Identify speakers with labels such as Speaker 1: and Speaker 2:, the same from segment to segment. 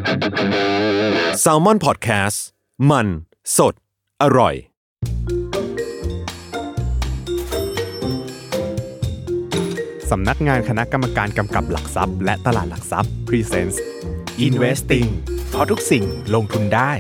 Speaker 1: Salmon Podcast มันสดอร่อย
Speaker 2: สำนักงานคณะกรรมการกำกับหลักทรัพย์และตลาดหลักทรัพย์ Presents Investing เพราะทุกสิ่งลงทุนได้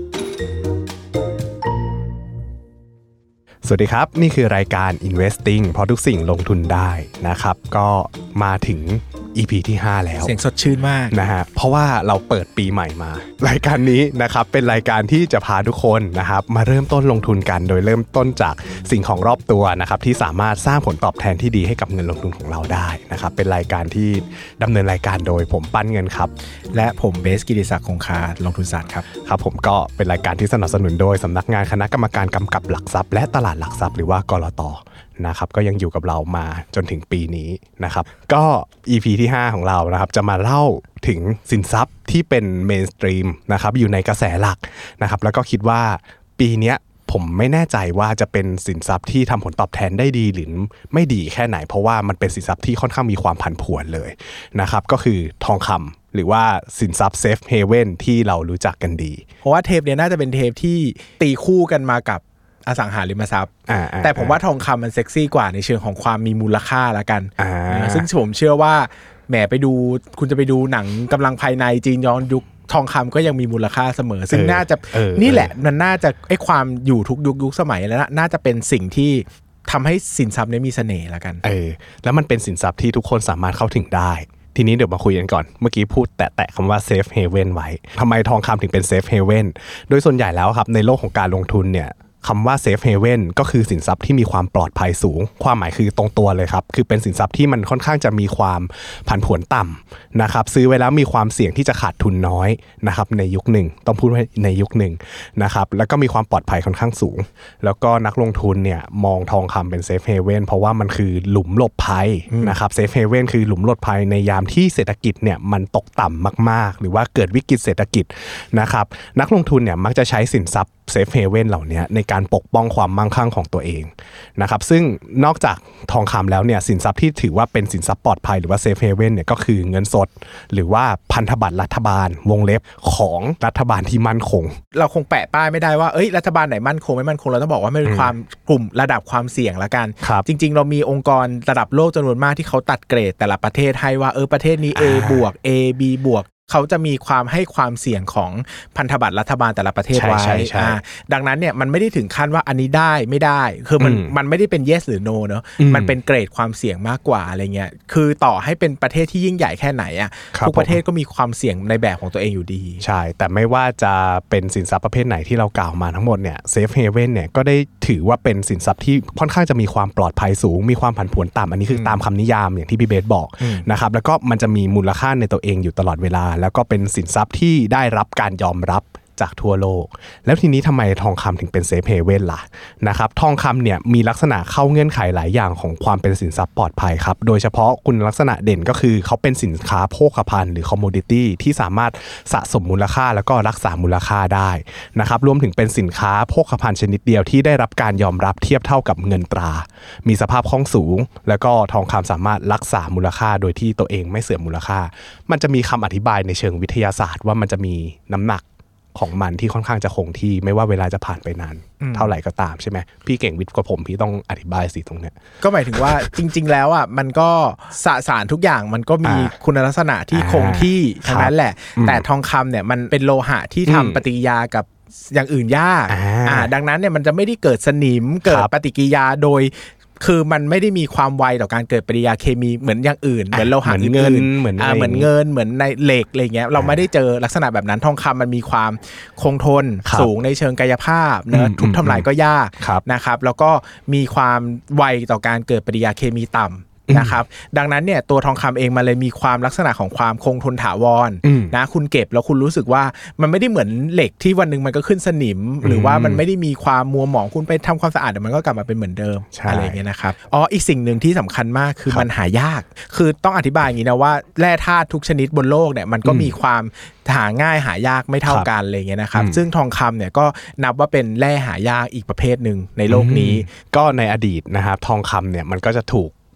Speaker 2: สวัสดีครับนี่คือรายการ Investing เพราะทุกสิ่งลงทุนได้นะครับก็มาถึง EP ที่5แล้ว
Speaker 3: เสียงสดชื่นมาก
Speaker 2: นะฮะเพราะว่าเราเปิดปีใหม่มารายการนี้นะครับเป็นรายการที่จะพาทุกคนนะครับมาเริ่มต้นลงทุนกันโดยเริ่มต้นจากสิ่งของรอบตัวนะครับที่สามารถสร้างผลตอบแทนที่ดีให้กับเงินลงทุนของเราได้นะครับเป็นรายการที่ดำเนินรายการโดยผมปั้นเงินครับ
Speaker 3: และผมเบสกิติศักดิ์คงคาลงทุนศาสตร์ครับ
Speaker 2: ครับผมก็เป็นรายการที่สนับสนุนโดยสำนักงานคณะกรรมการกำกับหลักทรัพย์และตลาดหลักทรัพย์หรือว่ากลต.นะครับก็ยังอยู่กับเรามาจนถึงปีนี้นะครับก็ EP ที่5ของเรานะครับจะมาเล่าถึงสินทรัพย์ที่เป็นเมนสตรีมนะครับอยู่ในกระแสหลักนะครับแล้วก็คิดว่าปีนี้ผมไม่แน่ใจว่าจะเป็นสินทรัพย์ที่ทำผลตอบแทนได้ดีหรือไม่ดีแค่ไหนเพราะว่ามันเป็นสินทรัพย์ที่ค่อนข้างมีความผันผวนเลยนะครับก็คือทองคำหรือว่าสินทรัพย์เซฟเฮเว่นที่เรารู้จักกันดี
Speaker 3: เพราะว่าเทปนี้น่าจะเป็นเทปที่ตีคู่กันมากับอสังหาริมทรัพย์แต่ผมว่าทองคำมันเซ็กซี่กว่าในเชิงของความมีมูลค่าละกันซึ่งผมเชื่อว่าแหมไปดูคุณจะไปดูหนังกำลังภายในจีนย้อนยุคทองคำก็ยังมีมูลค่าเสมอซึ่งน่าจะนี่แหละมันน่าจะไอ้ความอยู่ทุกยุคสมัยแล้วน่าจะเป็นสิ่งที่ทำให้สินทรัพย์นี้มีเสน่ห์ละกัน
Speaker 2: แล้วมันเป็นสินทรัพย์ที่ทุกคนสามารถเข้าถึงได้ทีนี้เดี๋ยวมาคุยกันก่อนเมื่อกี้พูดแตะคำว่า Safe Haven ไว้ทำไมทองคำถึงเป็น Safe Haven โดยส่วนใหญ่แล้วครับในโลกของการลงทุนเนี่ยคำว่า Safe Haven ก็คือสินทรัพย์ที่มีความปลอดภัยสูงความหมายคือตรงตัวเลยครับคือเป็นสินทรัพย์ที่มันค่อนข้างจะมีความผันผวนต่ำนะครับซื้อไว้แล้วมีความเสี่ยงที่จะขาดทุนน้อยนะครับในยุคหนึ่งต้องพูดว่าในยุคหนึ่งนะครับแล้วก็มีความปลอดภัยค่อนข้างสูงแล้วก็นักลงทุนเนี่ยมองทองคำเป็น Safe Haven เพราะว่ามันคือหลุมหลบภัยนะครับ Safe Haven คือหลุมหลบภัยในยามที่เศรษฐกิจเนี่ยมันตกต่ำมากๆหรือว่าเกิดวิกฤตเศรษฐกิจนะครับนักลงทุนเนี่ยมักจะใช้สินทรัพย์Safe Haven เหล่านี้ในการปกป้องความมั่งคั่งของตัวเองนะครับซึ่งนอกจากทองคำแล้วเนี่ยสินทรัพย์ที่ถือว่าเป็นสินทรัพย์ปลอดภัยหรือว่า Safe Haven เนี่ยก็คือเงินสดหรือว่าพันธบัตรรัฐบาลวงเล็บของรัฐบาลที่มั่นคง
Speaker 3: เราคงแปะป้ายไม่ได้ว่ารัฐบาลไหนมั่นคงไม่มั่นคงเราต้องบอกว่าไม่เป็นความกลุ่มระดับความเสี่ยงละกันจริงๆเรามีองค์กรระดับโลกจำนวนมากที่เขาตัดเกรดแต่ละประเทศให้ว่าประเทศนี้ A บวก A B บวกเขาจะมีความให้ความเสี่ยงของพันธบัตรรัฐบาลแต่ละประเทศไว้ดังนั้นเนี่ยมันไม่ได้ถึงขั้นว่าอันนี้ได้ไม่ได้คือมันไม่ได้เป็น yes หรือ no เนอะมันเป็นเกรดความเสี่ยงมากกว่าอะไรเงี้ยคือต่อให้เป็นประเทศที่ยิ่งใหญ่แค่ไหนอ่ะทุกประเทศก็มีความเสี่ยงในแบบของตัวเองอยู่ดี
Speaker 2: ใช่แต่ไม่ว่าจะเป็นสินทรัพย์ประเภทไหนที่เรากล่าวมาทั้งหมดเนี่ย Safe Haven เนี่ยก็ได้ถือว่าเป็นสินทรัพย์ที่ค่อนข้างจะมีความปลอดภัยสูงมีความผันผวนต่ำอันนี้คือตามคำนิยามอย่างที่พี่เบสบอกนะครับแล้วก็มันจะมีมูลค่าในตัวเองอยู่ตลอดเวลาแล้วก็เป็นสินทรัพย์ที่ได้รับการยอมรับจากทั่วโลกแล้วทีนี้ทำไมทองคำถึงเป็นเซฟเฮเว่นล่ะนะครับทองคำเนี่ยมีลักษณะเข้าเงื่อนไขหลายอย่างของความเป็นสินทรัพย์ปลอดภัยครับโดยเฉพาะคุณลักษณะเด่นก็คือเขาเป็นสินค้าโภคภัณฑ์หรือคอมโมดิตี้ที่สามารถสะสมมูลค่าแล้วก็รักษามูลค่าได้นะครับรวมถึงเป็นสินค้าโภคภัณฑ์ชนิดเดียวที่ได้รับการยอมรับเทียบเท่ากับเงินตรามีสภาพคล่องสูงแล้วก็ทองคำสามารถรักษามูลค่าโดยที่ตัวเองไม่เสื่อมมูลค่ามันจะมีคำอธิบายในเชิงวิทยาศาสตร์ว่ามันจะมีน้ำหนักของมันที่ค่อนข้างจะคงที่ไม่ว่าเวลาจะผ่านไปนานเท่าไหร่ก็ตามใช่ไหมพี่เก่งวิทย์กว่าผมพี่ต้องอธิบายสิตรงเนี้ย
Speaker 3: ก็หมายถึงว่าจริงๆแล้วอ่ะมันก็สสารทุกอย่างมันก็มีคุณลักษณะที่คงที่ทั้งนั้นแหละแต่ทองคำเนี่ยมันเป็นโลหะที่ทำปฏิกิริยากับอย่างอื่นยากดังนั้นเนี่ยมันจะไม่ได้เกิดสนิมเกิดปฏิกิริยาโดยคือมันไม่ได้มีความไวต่อการเกิดปฏิกิริยาเคมีเหมือนอย่างอื่นเหมือนโลหะอื่นเหมือนเงินเหมือนในเหล็กอะไรเงี้ยเราไม่ได้เจอลักษณะแบบนั้นทองคำมันมีความคงทนสูงในเชิงกายภาพเนอะทุบทำลายก็ยากนะครับแล้วก็มีความไวต่อการเกิดปฏิกิริยาเคมีต่ำนะครับดังนั้นเนี่ยตัวทองคำเองมันเลยมีความลักษณะของความคงทนถาวรนะคุณเก็บแล้วคุณรู้สึกว่ามันไม่ได้เหมือนเหล็กที่วันนึงมันก็ขึ้นสนิมหรือว่ามันไม่ได้มีความมัวหมองคุณไปทำความสะอาดเดี๋ยวมันก็กลับมาเป็นเหมือนเดิมอะไรอย่างเงี้ยนะครับอีกสิ่งนึงที่สำคัญมากคือมันหายากคือต้องอธิบายอย่างนี้นะว่าแร่ธาตุทุกชนิดบนโลกเนี่ยมันก็มีความหาง่ายหายากไม่เท่ากันอะไรอย่างเงี้ยนะครับซึ่งทองคำเนี่ยก็นับว่าเป็นแร่หายากอีกประเภทนึงในโลกนี้
Speaker 2: ก็ในอดีตนะครับทองคำเนี่ยมันก็จะถูก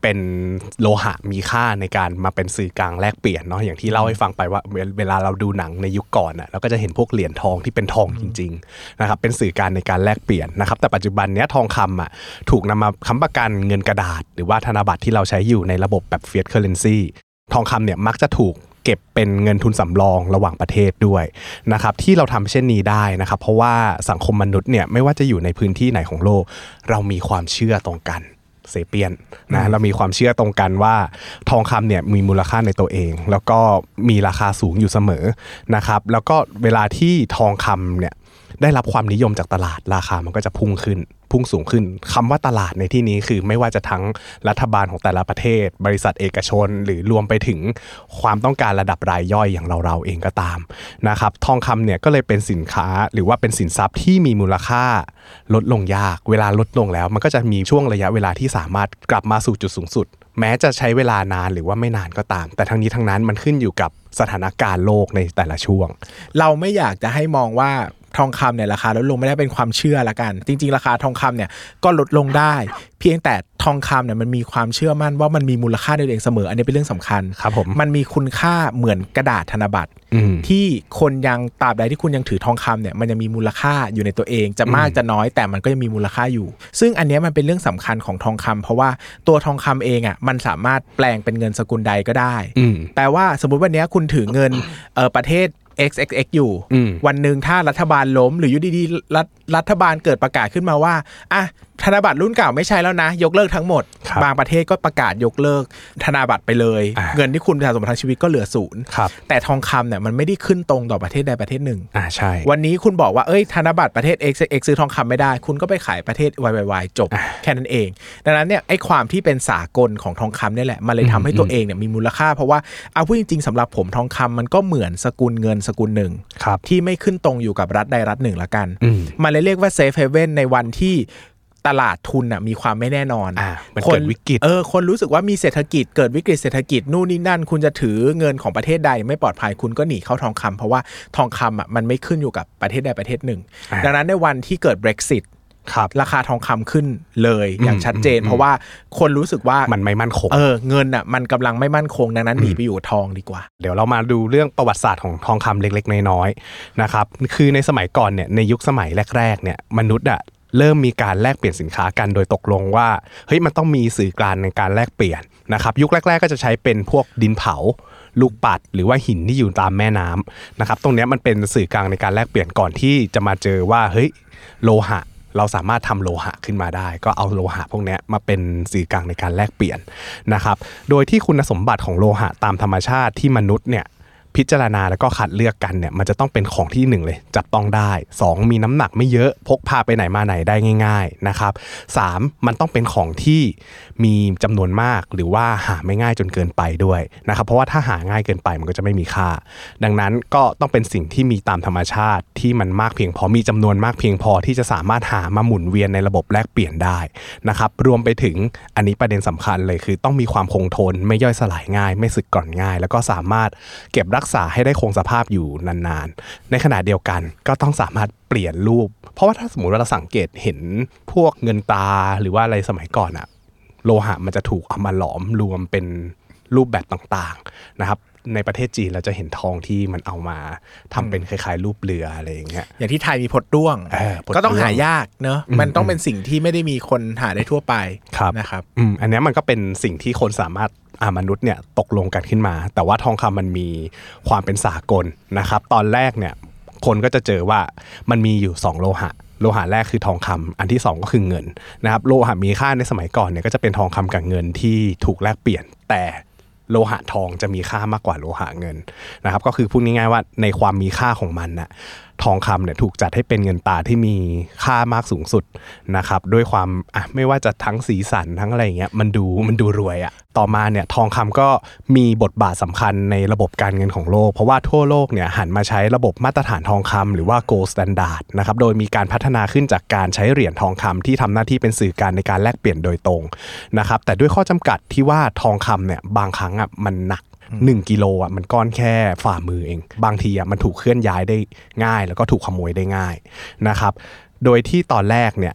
Speaker 2: เป็นโลหะมีค่าในการมาเป็นสื่อกลางแลกเปลี่ยนเนาะอย่างที่เล่าให้ฟังไปว่าเวลาเราดูหนังในยุคก่อนเราก็จะเห็นพวกเหรียญทองที่เป็นทองจริงๆนะครับเป็นสื่อกลางในการแลกเปลี่ยนนะครับแต่ปัจจุบันเนี้ยทองคำถูกนำมาค้ำประกันเงินกระดาษหรือว่าธนบัตรที่เราใช้อยู่ในระบบแบบ Fiat Currency ทองคำเนี่ยมักจะถูกเก็บเป็นเงินทุนสำรองระหว่างประเทศด้วยนะครับที่เราทำเช่นนี้ได้นะครับเพราะว่าสังคมมนุษย์เนี่ยไม่ว่าจะอยู่ในพื้นที่ไหนของโลกเรามีความเชื่อตรงกันเซเปียนนะเรามีความเชื่อตรงกันว่าทองคำเนี่ยมีมูลค่าในตัวเองแล้วก็มีราคาสูงอยู่เสมอนะครับแล้วก็เวลาที่ทองคำเนี่ยได้รับความนิยมจากตลาดราคามันก็จะพุ่งสูงขึ้นคำว่าตลาดในที่นี้คือไม่ว่าจะทั้งรัฐบาลของแต่ละประเทศบริษัทเอกชนหรือรวมไปถึงความต้องการระดับรายย่อยอย่างเราเองก็ตามนะครับทองคำเนี่ยก็เลยเป็นสินค้าหรือว่าเป็นสินทรัพย์ที่มีมูลค่าลดลงยากเวลาลดลงแล้วมันก็จะมีช่วงระยะเวลาที่สามารถกลับมาสู่จุดสูงสุดแม้จะใช้เวลานานหรือว่าไม่นานก็ตามแต่ทั้งนี้ทั้งนั้นมันขึ้นอยู่กับสถานการณ์โลกในแต่ละช่วง
Speaker 3: เราไม่อยากจะให้มองว่าทองคำเนี่ยราคาลดลงไม่ได้เป็นความเชื่อละกันจริงๆราคาทองคำเนี่ยก็ลดลงได้เพียงแต่ทองคำเนี่ยมันมีความเชื่อมั่นว่ามันมีมูลค่าในตัวเองเสมออันนี้เป็นเรื่องสำคัญ
Speaker 2: ครับผม
Speaker 3: มันมีคุณค่าเหมือนกระดาษธนบัตรที่คนยังตราบใดที่คุณยังถือทองคำเนี่ยมันยังมีมูลค่าอยู่ในตัวเองจะมากจะน้อยแต่มันก็ยังมีมูลค่าอยู่ซึ่งอันนี้มันเป็นเรื่องสำคัญของทองคำเพราะว่าตัวทองคำเองมันสามารถแปลงเป็นเงินสกุลใดก็ได้แปลว่าสมมุติวันนี้คุณถือเงินประเทศXXX อยู่วันนึงถ้ารัฐบาลล้มหรืออยู่ดีๆรัฐบาลเกิดประกาศขึ้นมาว่าธนบัตรรุ่นเก่าไม่ใช่แล้วนะยกเลิกทั้งหมดบางประเทศก็ประกาศยกเลิกธนบัตรไปเลยเงินที่คุณสะสมมาทั้งชีวิตก็เหลือศูนย์แต่ทองคำเนี่ยมันไม่ได้ขึ้นตรงต่อประเทศใดประเทศหนึ่ง
Speaker 2: ใช่
Speaker 3: วันนี้คุณบอกว่าธนบัตรประเทศ XXX ซื้อทองคำไม่ได้คุณก็ไปขายประเทศ YYY จบแค่นั้นเองดังนั้นเนี่ยไอ้ความที่เป็นสากลของทองคำนี่แหละมันเลยทำให้ตัวเองเนี่ยมีมูลค่าเพราะว่าเอาพูดจริงๆสำหรับผมทองคำมันก็เหมือนสกุลเงินสกุลหนึ่งที่ไม่ขึ้นตรงอยู่กับรัฐใดรัฐหนึ่งละกันมันเลยเรียกว่าเซฟเฮเว่นในวันที่ตลาดทุนมีความไม่แน่นอน
Speaker 2: มันเกิดวิกฤต
Speaker 3: คนรู้สึกว่ามีเศรษฐกิจเกิดวิกฤตเศรษฐกิจนู่นนี่นั่นคุณจะถือเงินของประเทศใดไม่ปลอดภัยคุณก็หนีเข้าทองคำเพราะว่าทองคำมันไม่ขึ้นอยู่กับประเทศใดประเทศหนึ่งดังนั้นในวันที่เกิด Brexit ราคาทองคำขึ้นเลยอย่างชัดเจนเพราะว่าคนรู้สึกว่า
Speaker 2: มันไม่มั่นคง
Speaker 3: เงินมันกำลังไม่มั่นคงดังนั้นหนีไปอยู่ทองดีกว่า
Speaker 2: เดี๋ยวเรามาดูเรื่องประวัติศาสตร์ของทองคำเล็กๆน้อยๆนะครับคือในสมัยก่อนเนี่ยในยุคสมัยแรกๆเนี่ยมนุษย์เริ่มมีการแลกเปลี่ยนสินค้ากันโดยตกลงว่าเฮ้ยมันต้องมีสื่อกลางในการแลกเปลี่ยนนะครับยุคแรกๆก็จะใช้เป็นพวกดินเผาลูกปัดหรือว่าหินที่อยู่ตามแม่น้ำนะครับตรงนี้มันเป็นสื่อกลางในการแลกเปลี่ยนก่อนที่จะมาเจอว่าเฮ้ยโลหะเราสามารถทำโลหะขึ้นมาได้ก็เอาโลหะพวกนี้มาเป็นสื่อกลางในการแลกเปลี่ยนนะครับโดยที่คุณสมบัติของโลหะตามธรรมชาติที่มนุษย์เนี่ยพิจารณาแล้วก็คัดเลือกกันเนี่ยมันจะต้องเป็นของที่1เลยจับต้องได้2มีน้ำหนักไม่เยอะพกพาไปไหนมาไหนได้ง่ายๆนะครับ3มันต้องเป็นของที่มีจำนวนมากหรือว่าหาไม่ง่ายจนเกินไปด้วยนะครับเพราะว่าถ้าหาง่ายเกินไปมันก็จะไม่มีค่าดังนั้นก็ต้องเป็นสิ่งที่มีตามธรรมชาติที่มันมากเพียงพอมีจำนวนมากเพียงพอที่จะสามารถหามาหมุนเวียนในระบบแลกเปลี่ยนได้นะครับรวมไปถึงอันนี้ประเด็นสำคัญเลยคือต้องมีความคงทนไม่ย่อยสลายง่ายไม่สึกกร่อนง่ายแล้วก็สามารถเก็บรักษาให้ได้คงสภาพอยู่นานๆในขณะเดียวกันก็ต้องสามารถเปลี่ยนรูปเพราะว่าถ้าสมมุติว่าเราสังเกตเห็นพวกเงินตราหรือว่าอะไรสมัยก่อนโลหะมันจะถูกเอามาหลอมรวมเป็นรูปแบบต่างๆนะครับในประเทศจีนเราจะเห็นทองที่มันเอามาทำเป็นคล้ายๆรูปเรืออะไรอย่างเงี้ย
Speaker 3: อย่างที่ไทยมีพดด้วงก็ต้องหายากเนอะมันต้องเป็นสิ่งที่ไม่ได้มีคนหาได้ทั่วไปนะครับ
Speaker 2: อันนี้มันก็เป็นสิ่งที่คนสามารถมนุษย์เนี่ยตกลงกันขึ้นมาแต่ว่าทองคำมันมีความเป็นสากลนะครับตอนแรกเนี่ยคนก็จะเจอว่ามันมีอยู่2โลหะแรกคือทองคำอันที่2ก็คือเงินนะครับโลหะมีค่าในสมัยก่อนเนี่ยก็จะเป็นทองคำกับเงินที่ถูกแลกเปลี่ยนแต่โลหะทองจะมีค่ามากกว่าโลหะเงินนะครับก็คือพูดง่ายๆว่าในความมีค่าของมันน่ะทองคำเนี่ยถูกจัดให้เป็นเงินตราที่มีค่ามากสูงสุดนะครับด้วยความไม่ว่าจะทั้งสีสันทั้งอะไรอย่างเงี้ยมันดูรวยต่อมาเนี่ยทองคำก็มีบทบาทสำคัญในระบบการเงินของโลกเพราะว่าทั่วโลกเนี่ยหันมาใช้ระบบมาตรฐานทองคำหรือว่า Gold Standard นะครับโดยมีการพัฒนาขึ้นจากการใช้เหรียญทองคำที่ทำหน้าที่เป็นสื่อกลางในการแลกเปลี่ยนโดยตรงนะครับแต่ด้วยข้อจำกัดที่ว่าทองคำเนี่ยบางครั้งมันหนัก1กิโลมันก้อนแค่ฝ่ามือเองบางทีมันถูกเคลื่อนย้ายได้ง่ายแล้วก็ถูกขโมยได้ง่ายนะครับโดยที่ตอนแรกเนี่ย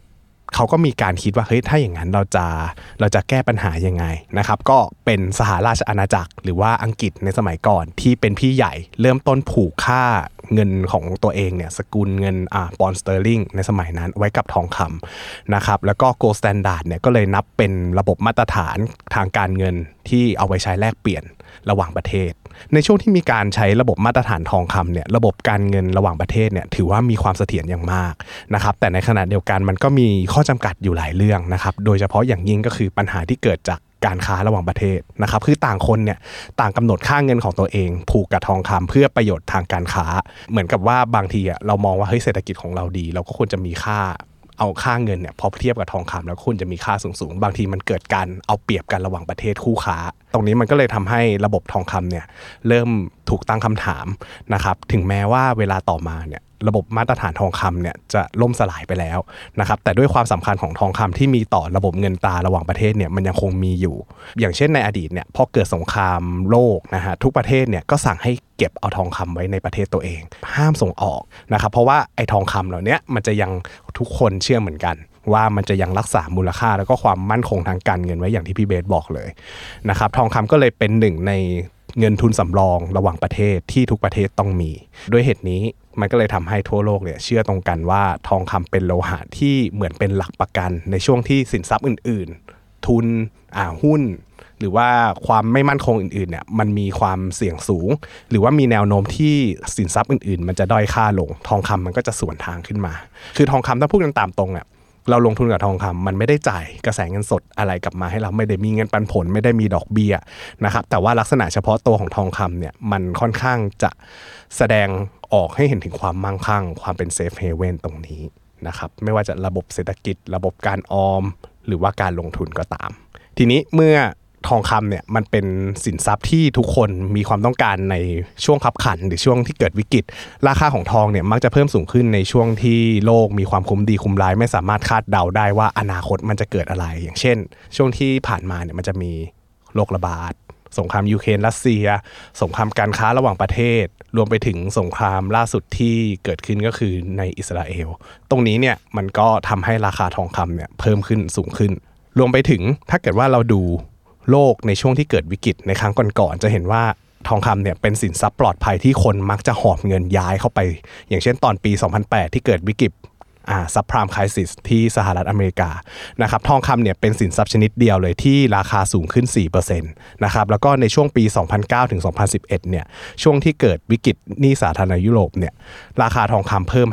Speaker 2: เขาก็มีการคิดว่าเฮ้ยถ้าอย่างนั้นเราจะแก้ปัญหายังไงนะครับก็เป็นสหราชอาณาจักรหรือว่าอังกฤษในสมัยก่อนที่เป็นพี่ใหญ่เริ่มต้นผูกค่าเงินของตัวเองเนี่ยสกุลเงินปอนด์สเตอร์ลิงในสมัยนั้นไว้กับทองคำนะครับแล้วก็ Gold Standard เนี่ยก็เลยนับเป็นระบบมาตรฐานทางการเงินที่เอาไว้ใช้แลกเปลี่ยนระหว่างประเทศในช่วงที่มีการใช้ระบบมาตรฐานทองคำเนี่ยระบบการเงินระหว่างประเทศเนี่ยถือว่ามีความเสถียรอย่างมากนะครับแต่ในขณะเดียวกันมันก็มีข้อจำกัดอยู่หลายเรื่องนะครับโดยเฉพาะอย่างยิ่งก็คือปัญหาที่เกิดจากการค้าระหว่างประเทศนะครับคือต่างคนเนี่ยต่างกำหนดค่าเงินของตัวเองผูกกับทองคำเพื่อประโยชน์ทางการค้าเหมือนกับว่าบางทีเรามองว่าเฮ้ยเศรษฐกิจของเราดีเราก็ควรจะมีเอาค่าเงินเนี่ยพอเทียบกับทองคำแล้วควรจะมีค่าสูงๆบางทีมันเกิดการเอาเปรียบกันระหว่างประเทศคู่ค้าตรงนี้มันก็เลยทำให้ระบบทองคำเนี่ยเริ่มถูกตั้งคำถามนะครับถึงแม้ว่าเวลาต่อมาเนี่ยระบบมาตรฐานทองคำเนี่ยจะล่มสลายไปแล้วนะครับแต่ด้วยความสำคัญของทองคำที่มีต่อระบบเงินตราระหว่างประเทศเนี่ยมันยังคงมีอยู่อย่างเช่นในอดีตเนี่ยพอเกิดสงครามโลกนะฮะทุกประเทศเนี่ยก็สั่งให้เก็บเอาทองคำไว้ในประเทศตัวเองห้ามส่งออกนะครับเพราะว่าไอ้ทองคำเหล่านี้มันจะยังทุกคนเชื่อเหมือนกันว่ามันจะยังรักษามูลค่าแล้วก็ความมั่นคงทางการเงินไว้อย่างที่พี่เบสบอกเลยนะครับทองคำก็เลยเป็นหนึ่งในเงินทุนสำรองระหว่างประเทศที่ทุกประเทศต้องมีด้วยเหตุนี้มันก็เลยทำให้ทั่วโลกเนี่ยเชื่อตรงกันว่าทองคำเป็นโลหะที่เหมือนเป็นหลักประกันในช่วงที่สินทรัพย์อื่นๆทุนหุ้นหรือว่าความไม่มั่นคงอื่นๆเนี่ยมันมีความเสี่ยงสูงหรือว่ามีแนวโน้มที่สินทรัพย์อื่นๆมันจะด้อยค่าลงทองคำมันก็จะสวนทางขึ้นมาคือทองคำถ้าพูดกันตามตรงอ่ะเราลงทุนกับทองคำมันไม่ได้จ่ายกระแสเงินสดอะไรกลับมาให้เราไม่ได้มีเงินปันผลไม่ได้มีดอกเบี้ยนะครับแต่ว่าลักษณะเฉพาะตัวของทองคำเนี่ยมันค่อนข้างจะแสดงออกให้เห็นถึงความมั่งคั่งความเป็นเซฟเฮเว่นตรงนี้นะครับไม่ว่าจะระบบเศรษฐกิจระบบการออมหรือว่าการลงทุนก็ตามทีนี้เมื่อทองคำเนี่ยมันเป็นสินทรัพย์ที่ทุกคนมีความต้องการในช่วงคับขันหรือช่วงที่เกิดวิกฤตราคาของทองเนี่ยมักจะเพิ่มสูงขึ้นในช่วงที่โลกมีความคุ้มดีคุ้มร้ายไม่สามารถคาดเดาได้ว่าอนาคตมันจะเกิดอะไรอย่างเช่นช่วงที่ผ่านมาเนี่ยมันจะมีโรคระบาดสงครามยูเครนรัสเซียสงครามการค้าระหว่างประเทศรวมไปถึงสงครามล่าสุดที่เกิดขึ้นก็คือในอิสราเอลตรงนี้เนี่ยมันก็ทำให้ราคาทองคำเนี่ยเพิ่มขึ้นสูงขึ้นรวมไปถึงถ้าเกิดว่าเราดูโลกในช่วงที่เกิดวิกฤตในครั้งก่อนๆจะเห็นว่าทองคำเนี่ยเป็นสินทรัพย์ปลอดภัยที่คนมักจะหอบเงินย้ายเข้าไปอย่างเช่นตอนปี 2008 ที่เกิดวิกฤตซับไพรม์ไครซิสที่สหรัฐอเมริกานะครับทองคำเนี่ยเป็นสินทรัพย์ชนิดเดียวเลยที่ราคาสูงขึ้น 4% นะครับแล้วก็ในช่วงปี 2009 ถึง 2011 เนี่ยช่วงที่เกิดวิกฤตหนี้สาธารณยุโรปเนี่ยราคาทองคำเพิ่ม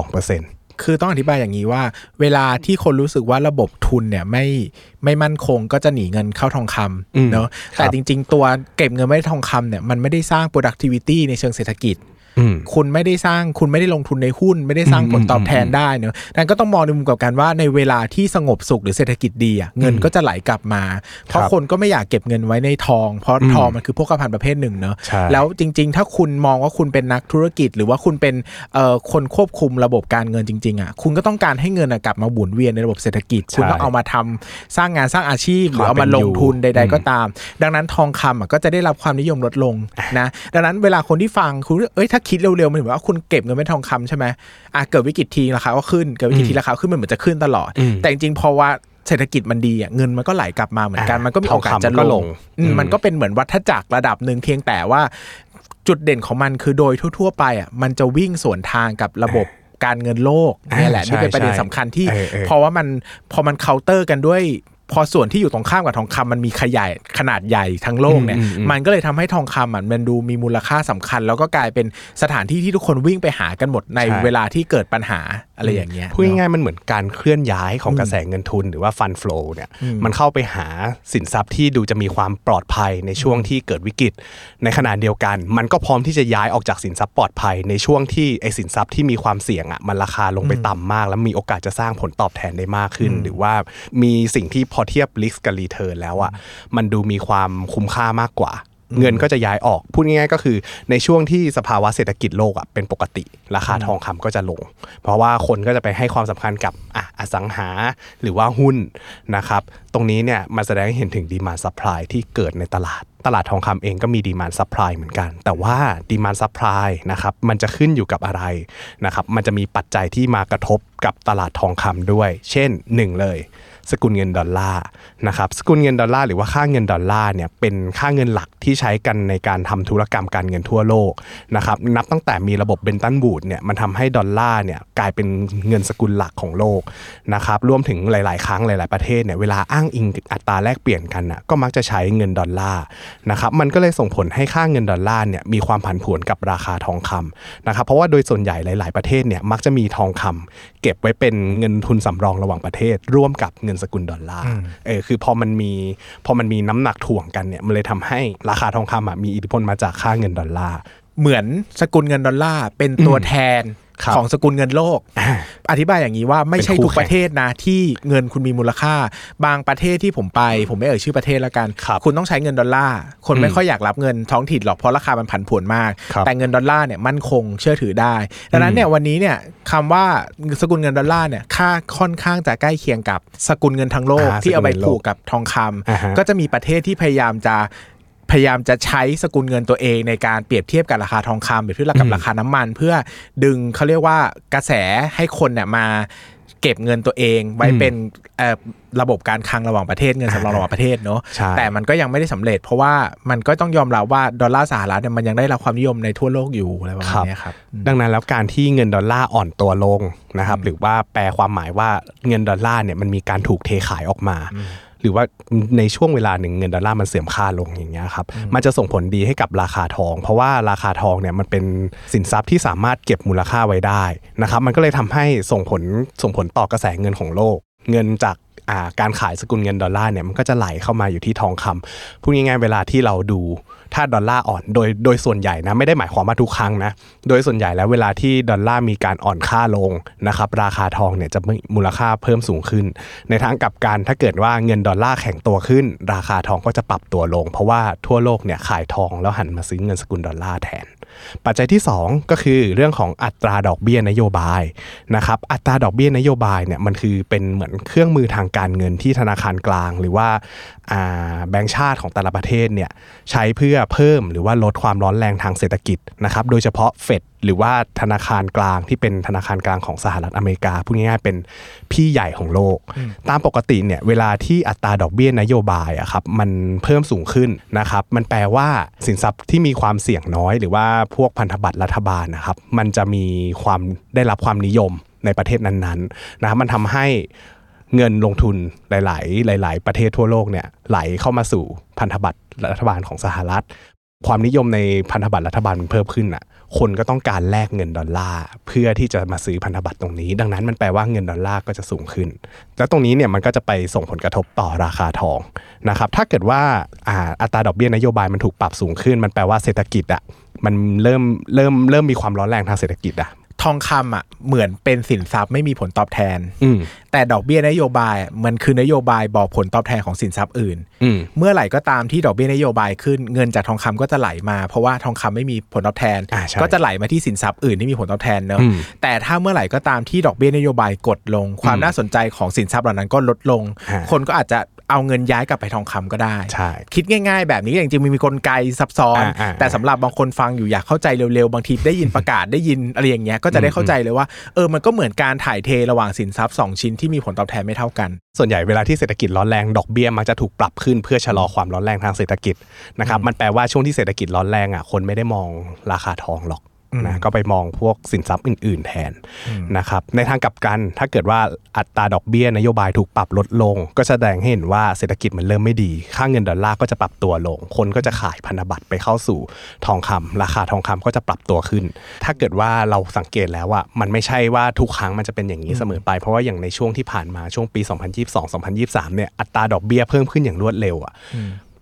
Speaker 2: 52%
Speaker 3: คือต้องอธิบายอย่างนี้ว่าเวลาที่คนรู้สึกว่าระบบทุนเนี่ยไม่มั่นคงก็จะหนีเงินเข้าทองคำเนาะแต่จริงๆตัวเก็บเงินไว้ในทองคำเนี่ยมันไม่ได้สร้าง productivity ในเชิงเศรษฐกิจคุณไม่ได้ลงทุนในหุ้นไม่ได้สร้างผลตอบแทนได้เนอะนั่นก็ต้องมองในมุมกับการว่าในเวลาที่สงบสุขหรือเศรษฐกิจดีอ่ะเงินก็จะไหลกลับมาเพราะคนก็ไม่อยากเก็บเงินไว้ในทองเพราะทองมันคือพวกภัณฑ์ประเภทหนึ่งเนอะแล้วจริงๆถ้าคุณมองว่าคุณเป็นนักธุรกิจหรือว่าคุณเป็นคนควบคุมระบบการเงินจริงๆอ่ะคุณก็ต้องการให้เงินกลับมาหมุนเวียนในระบบเศรษฐกิจคุณต้องเอามาทำสร้างงานสร้างอาชีพหรือเอามาลงทุนใดๆก็ตามดังนั้นทองคำก็จะได้รับความนิยมลดลงนะดังนั้นเวลาคนที่ฟังคุณถ้าคิดเร็วๆมันถือว่าคุณเก็บเงินไว้ทองคำใช่ไหมเกิดวิกฤตทีราคาก็ขึ้นเกิดวิกฤตทีราคาขึ้นมันเหมือนจะขึ้นตลอดแต่จริงๆพอว่าเศรษฐกิจมันดีเงินมันก็ไหลกลับมาเหมือนกันมันก็มีโอกาสจะลงมันก็เป็นเหมือนวัฏจักรระดับนึงเพียงแต่ว่าจุดเด่นของมันคือโดยทั่วๆไปมันจะวิ่งสวนทางกับระบบการเงินโลกนี่แหละนี่เป็นประเด็นสำคัญที่เพราะว่าพอมันเคาน์เตอร์กันด้วยพอส่วนที่อยู่ตรงข้ามกับทองคำมันมีขนาดใหญ่ทั้งโลกเนี่ยมันก็เลยทำให้ทองคำมันดูมีมูลค่าสำคัญแล้วก็กลายเป็นสถานที่ที่ทุกคนวิ่งไปหากันหมดในเวลาที่เกิดปัญหาอะไรอย่างเงี้ย
Speaker 2: พูดง่ายๆมันเหมือนการเคลื่อนย้ายของกระแสเงินทุนหรือว่าฟันโฟลเนี่ยมันเข้าไปหาสินทรัพย์ที่ดูจะมีความปลอดภัยในช่วงที่เกิดวิกฤตในขณะเดียวกันมันก็พร้อมที่จะย้ายออกจากสินทรัพย์ปลอดภัยในช่วงที่ไอ้สินทรัพย์ที่มีความเสี่ยงมันราคาลงไปต่ำมากแล้วมีโอกาสจะสร้างผลตอบแทนได้มากขึ้นหรือว่ามีสิ่งที่พอเทียบ risk กับ return แล้วมันดูมีความคุ้มค่ามากกว่าเงินก็จะย้ายออกพูดง่ายๆก็คือในช่วงที่สภาวะเศรษฐกิจโลกเป็นปกติราคาทองคำก็จะลงเพราะว่าคนก็จะไปให้ความสำคัญกับอสังหาหรือว่าหุ้นนะครับตรงนี้เนี่ยมันแสดงให้เห็นถึง demand supply ที่เกิดในตลาดทองคำเองก็มี demand supply เหมือนกันแต่ว่า demand supply นะครับมันจะขึ้นอยู่กับอะไรนะครับมันจะมีปัจจัยที่มากระทบกับตลาดทองคำด้วยเช่น1เลยสกุลเงินดอลลาร์นะครับสกุลเงินดอลลาร์หรือว่าค่าเงินดอลลาร์เนี่ยเป็นค่าเงินหลักที่ใช้กันในการทำธุรกรรมการเงินทั่วโลกนะครับนับตั้งแต่มีระบบเบนตันวูดเนี่ยมันทำให้ดอลลาร์เนี่ยกลายเป็นเงินสกุลหลักของโลกนะครับรวมถึงหลายๆครั้งหลายๆประเทศเนี่ยเวลาอ้างอิงอัตราแลกเปลี่ยนกันน่ะก็มักจะใช้เงินดอลลาร์นะครับมันก็เลยส่งผลให้ค่าเงินดอลลาร์เนี่ยมีความผันผวนกับราคาทองคำนะครับเพราะว่าโดยส่วนใหญ่หลายๆประเทศเนี่ยมักจะมีทองคำเก็บไว้เป็นเงินทุนสำรองระหว่างประเทศร่วมกับเงินสกุลดอลลาร์คือพอมันมีน้ำหนักถ่วงกันเนี่ยมันเลยทำให้ราคาทองคำมีอิทธิพลมาจากค่าเงินดอลลาร์
Speaker 3: เหมือนสกุลเงินดอลลาร์เป็นตัวแทนของสกุลเงินโลกอธิบายอย่างนี้ว่าไม่ใช่ทุกประเทศนะที่เงินคุณมีมูลค่าบางประเทศที่ผมไม่เอ่ยชื่อประเทศแล้วกันคุณต้องใช้เงินดอลลาร์คนไม่ค่อยอยากรับเงินท้องถิ่นหรอกเพราะราคามันผันผวนมากแต่เงินดอลลาร์เนี่ยมั่นคงเชื่อถือได้ดังนั้นเนี่ยวันนี้เนี่ยคำว่าสกุลเงินดอลลาร์เนี่ยค่าค่อนข้างจะใกล้เคียงกับสกุลเงินทั้งโลกที่เอาไปผูกกับทองคำก็จะมีประเทศที่พยายามจะใช้สกุลเงินตัวเองในการเปรียบเทียบกับราคาทองคำเปรียบเทียบกับราคาน้ำมันเพื่อดึงเขาเรียกว่ากระแสให้คนเนี่ยมาเก็บเงินตัวเองไว้เป็นระบบการคลังระหว่างประเทศเงินสำรองระหว่างประเทศเนาะแต่มันก็ยังไม่ได้สำเร็จเพราะว่ามันก็ต้องยอมรับว่าดอลลาร์สหรัฐเนี่ยมันยังได้รับความนิยมในทั่วโลกอยู่อะไรประมาณนี้ครับ
Speaker 2: ดังนั้นแล้วการที่เงินดอลลาร์อ่อนตัวลงนะครับหรือว่าแปลความหมายว่าเงินดอลลาร์เนี่ยมันมีการถูกเทขายออกมาหรือว่าในช่วงเวลาหนึ่งเงินดอลลาร์มันเสื่อมค่าลงอย่างเงี้ยครับมันจะส่งผลดีให้กับราคาทองเพราะว่าราคาทองเนี่ยมันเป็นสินทรัพย์ที่สามารถเก็บมูลค่าไว้ได้นะครับมันก็เลยทำให้ส่งผลต่อกระแสเงินของโลกเงินจากการขายสกุลเงินดอลลาร์เนี่ยมันก็จะไหลเข้ามาอยู่ที่ทองคำพูดง่ายๆเวลาที่เราดูถ้าดอลลาร์อ่อนโดยส่วนใหญ่นะไม่ได้หมายความว่าทุกครั้งนะโดยส่วนใหญ่แล้วเวลาที่ดอลลาร์มีการอ่อนค่าลงนะครับราคาทองเนี่ยจะมูลค่าเพิ่มสูงขึ้นในทางกลับกันถ้าเกิดว่าเงินดอลลาร์แข็งตัวขึ้นราคาทองก็จะปรับตัวลงเพราะว่าทั่วโลกเนี่ยขายทองแล้วหันมาซื้อเงินสกุลดอลลาร์แทนปัจจัยที่2ก็คือเรื่องของอัตราดอกเบี้ยนโยบายนะครับอัตราดอกเบี้ยนโยบายเนี่ยมันคือเป็นเหมือนเครื่องมือทางการเงินที่ธนาคารกลางหรือว่าแบงก์ชาติของแต่ละประเทศเนี่ยใช้เพื่อเพิ่มหรือว่าลดความร้อนแรงทางเศรษฐกิจนะครับโดยเฉพาะเฟดหรือว่าธนาคารกลางที่เป็นธนาคารกลางของสหรัฐอเมริกาพูดง่ายๆเป็นพี่ใหญ่ของโลกตามปกติเนี่ยเวลาที่อัตราดอกเบี้ยนโยบายครับมันเพิ่มสูงขึ้นนะครับมันแปลว่าสินทรัพย์ที่มีความเสี่ยงน้อยหรือว่าพวกพันธบัตรรัฐบาลนะครับมันจะมีความได้รับความนิยมในประเทศนั้นๆนะครับมันทำให้เงินลงทุนหลายประเทศทั่วโลกเนี่ยไหลเข้ามาสู่พันธบัตรรัฐบาลของสหรัฐความนิยมในพันธบัตรรัฐบาลมันเพิ่มขึ้นคนก็ต้องการแลกเงินดอลลาร์เพื่อที่จะมาซื้อพันธบัตรตรงนี้ดังนั้นมันแปลว่าเงินดอลลาร์ก็จะสูงขึ้นแล้วตรงนี้เนี่ยมันก็จะไปส่งผลกระทบต่อราคาทองนะครับถ้าเกิดว่าอัตราดอกเบี้ยนโยบายมันถูกปรับสูงขึ้นมันแปลว่าเศรษฐกิจมันเริ่มมีความร้อนแรงทางเศรษฐกิจ
Speaker 3: ทองคำเหมือนเป็นสินทรัพย์ไม่มีผลตอบแทนแต่ดอกเบี้ยนโยบายมันคือนโยบายบอกผลตอบแทนของสินทรัพย์อื่นเมื่อไหร่ก็ตามที่ดอกเบี้ยนโยบายขึ้นเงินจากทองคำก็จะไหลมาเพราะว่าทองคำไม่มีผลตอบแทนก็จะไหลมาที่สินทรัพย์อื่นที่มีผลตอบแทนเนอะแต่ถ้าเมื่อไหร่ก็ตามที่ดอกเบี้ยนโยบายกดลงความน่าสนใจของสินทรัพย์เหล่านั้นก็ลดลงคนก็อาจจะเอาเงินย้ายกลับไปทองคำก็ได้คิดง่ายๆแบบนี้จริงๆมีกลไกซับซ้อนแต่สำหรับบางคนฟังอยู่อยากเข้าใจเร็วๆบางทีได้ยินประกาศได้ยินอะไรอย่างเงี้ยก็จะได้เข้าใจเลยว่ามันก็เหมือนการถ่ายเทระหว่างสินทรัพย์2ชิ้นที่มีผลตอบแทนไม่เท่ากัน
Speaker 2: ส่วนใหญ่เวลาที่เศรษฐกิจร้อนแรงดอกเบี้ยมักจะถูกปรับขึ้นเพื่อชะลอความร้อนแรงทางเศรษฐกิจนะครับมันแปลว่าช่วงที่เศรษฐกิจร้อนแรงคนไม่ได้มองราคาทองหรอกนะก็ไปมองพวกสินทรัพย์อื่นๆแทนนะครับในทางกลับกันถ้าเกิดว่าอัตราดอกเบี้ยนโยบายถูกปรับลดลงก็แสดงให้เห็นว่าเศรษฐกิจมันเริ่มไม่ดีค่าเงินดอลลาร์ก็จะปรับตัวลงคนก็จะขายพันธบัตรไปเข้าสู่ทองคำราคาทองคำก็จะปรับตัวขึ้นถ้าเกิดว่าเราสังเกตแล้วว่ามันไม่ใช่ว่าทุกครั้งมันจะเป็นอย่างนี้เสมอไปเพราะว่าอย่างในช่วงที่ผ่านมาช่วงปี2022-2023เนี่ยอัตราดอกเบี้ยเพิ่มขึ้นอย่างรวดเร็ว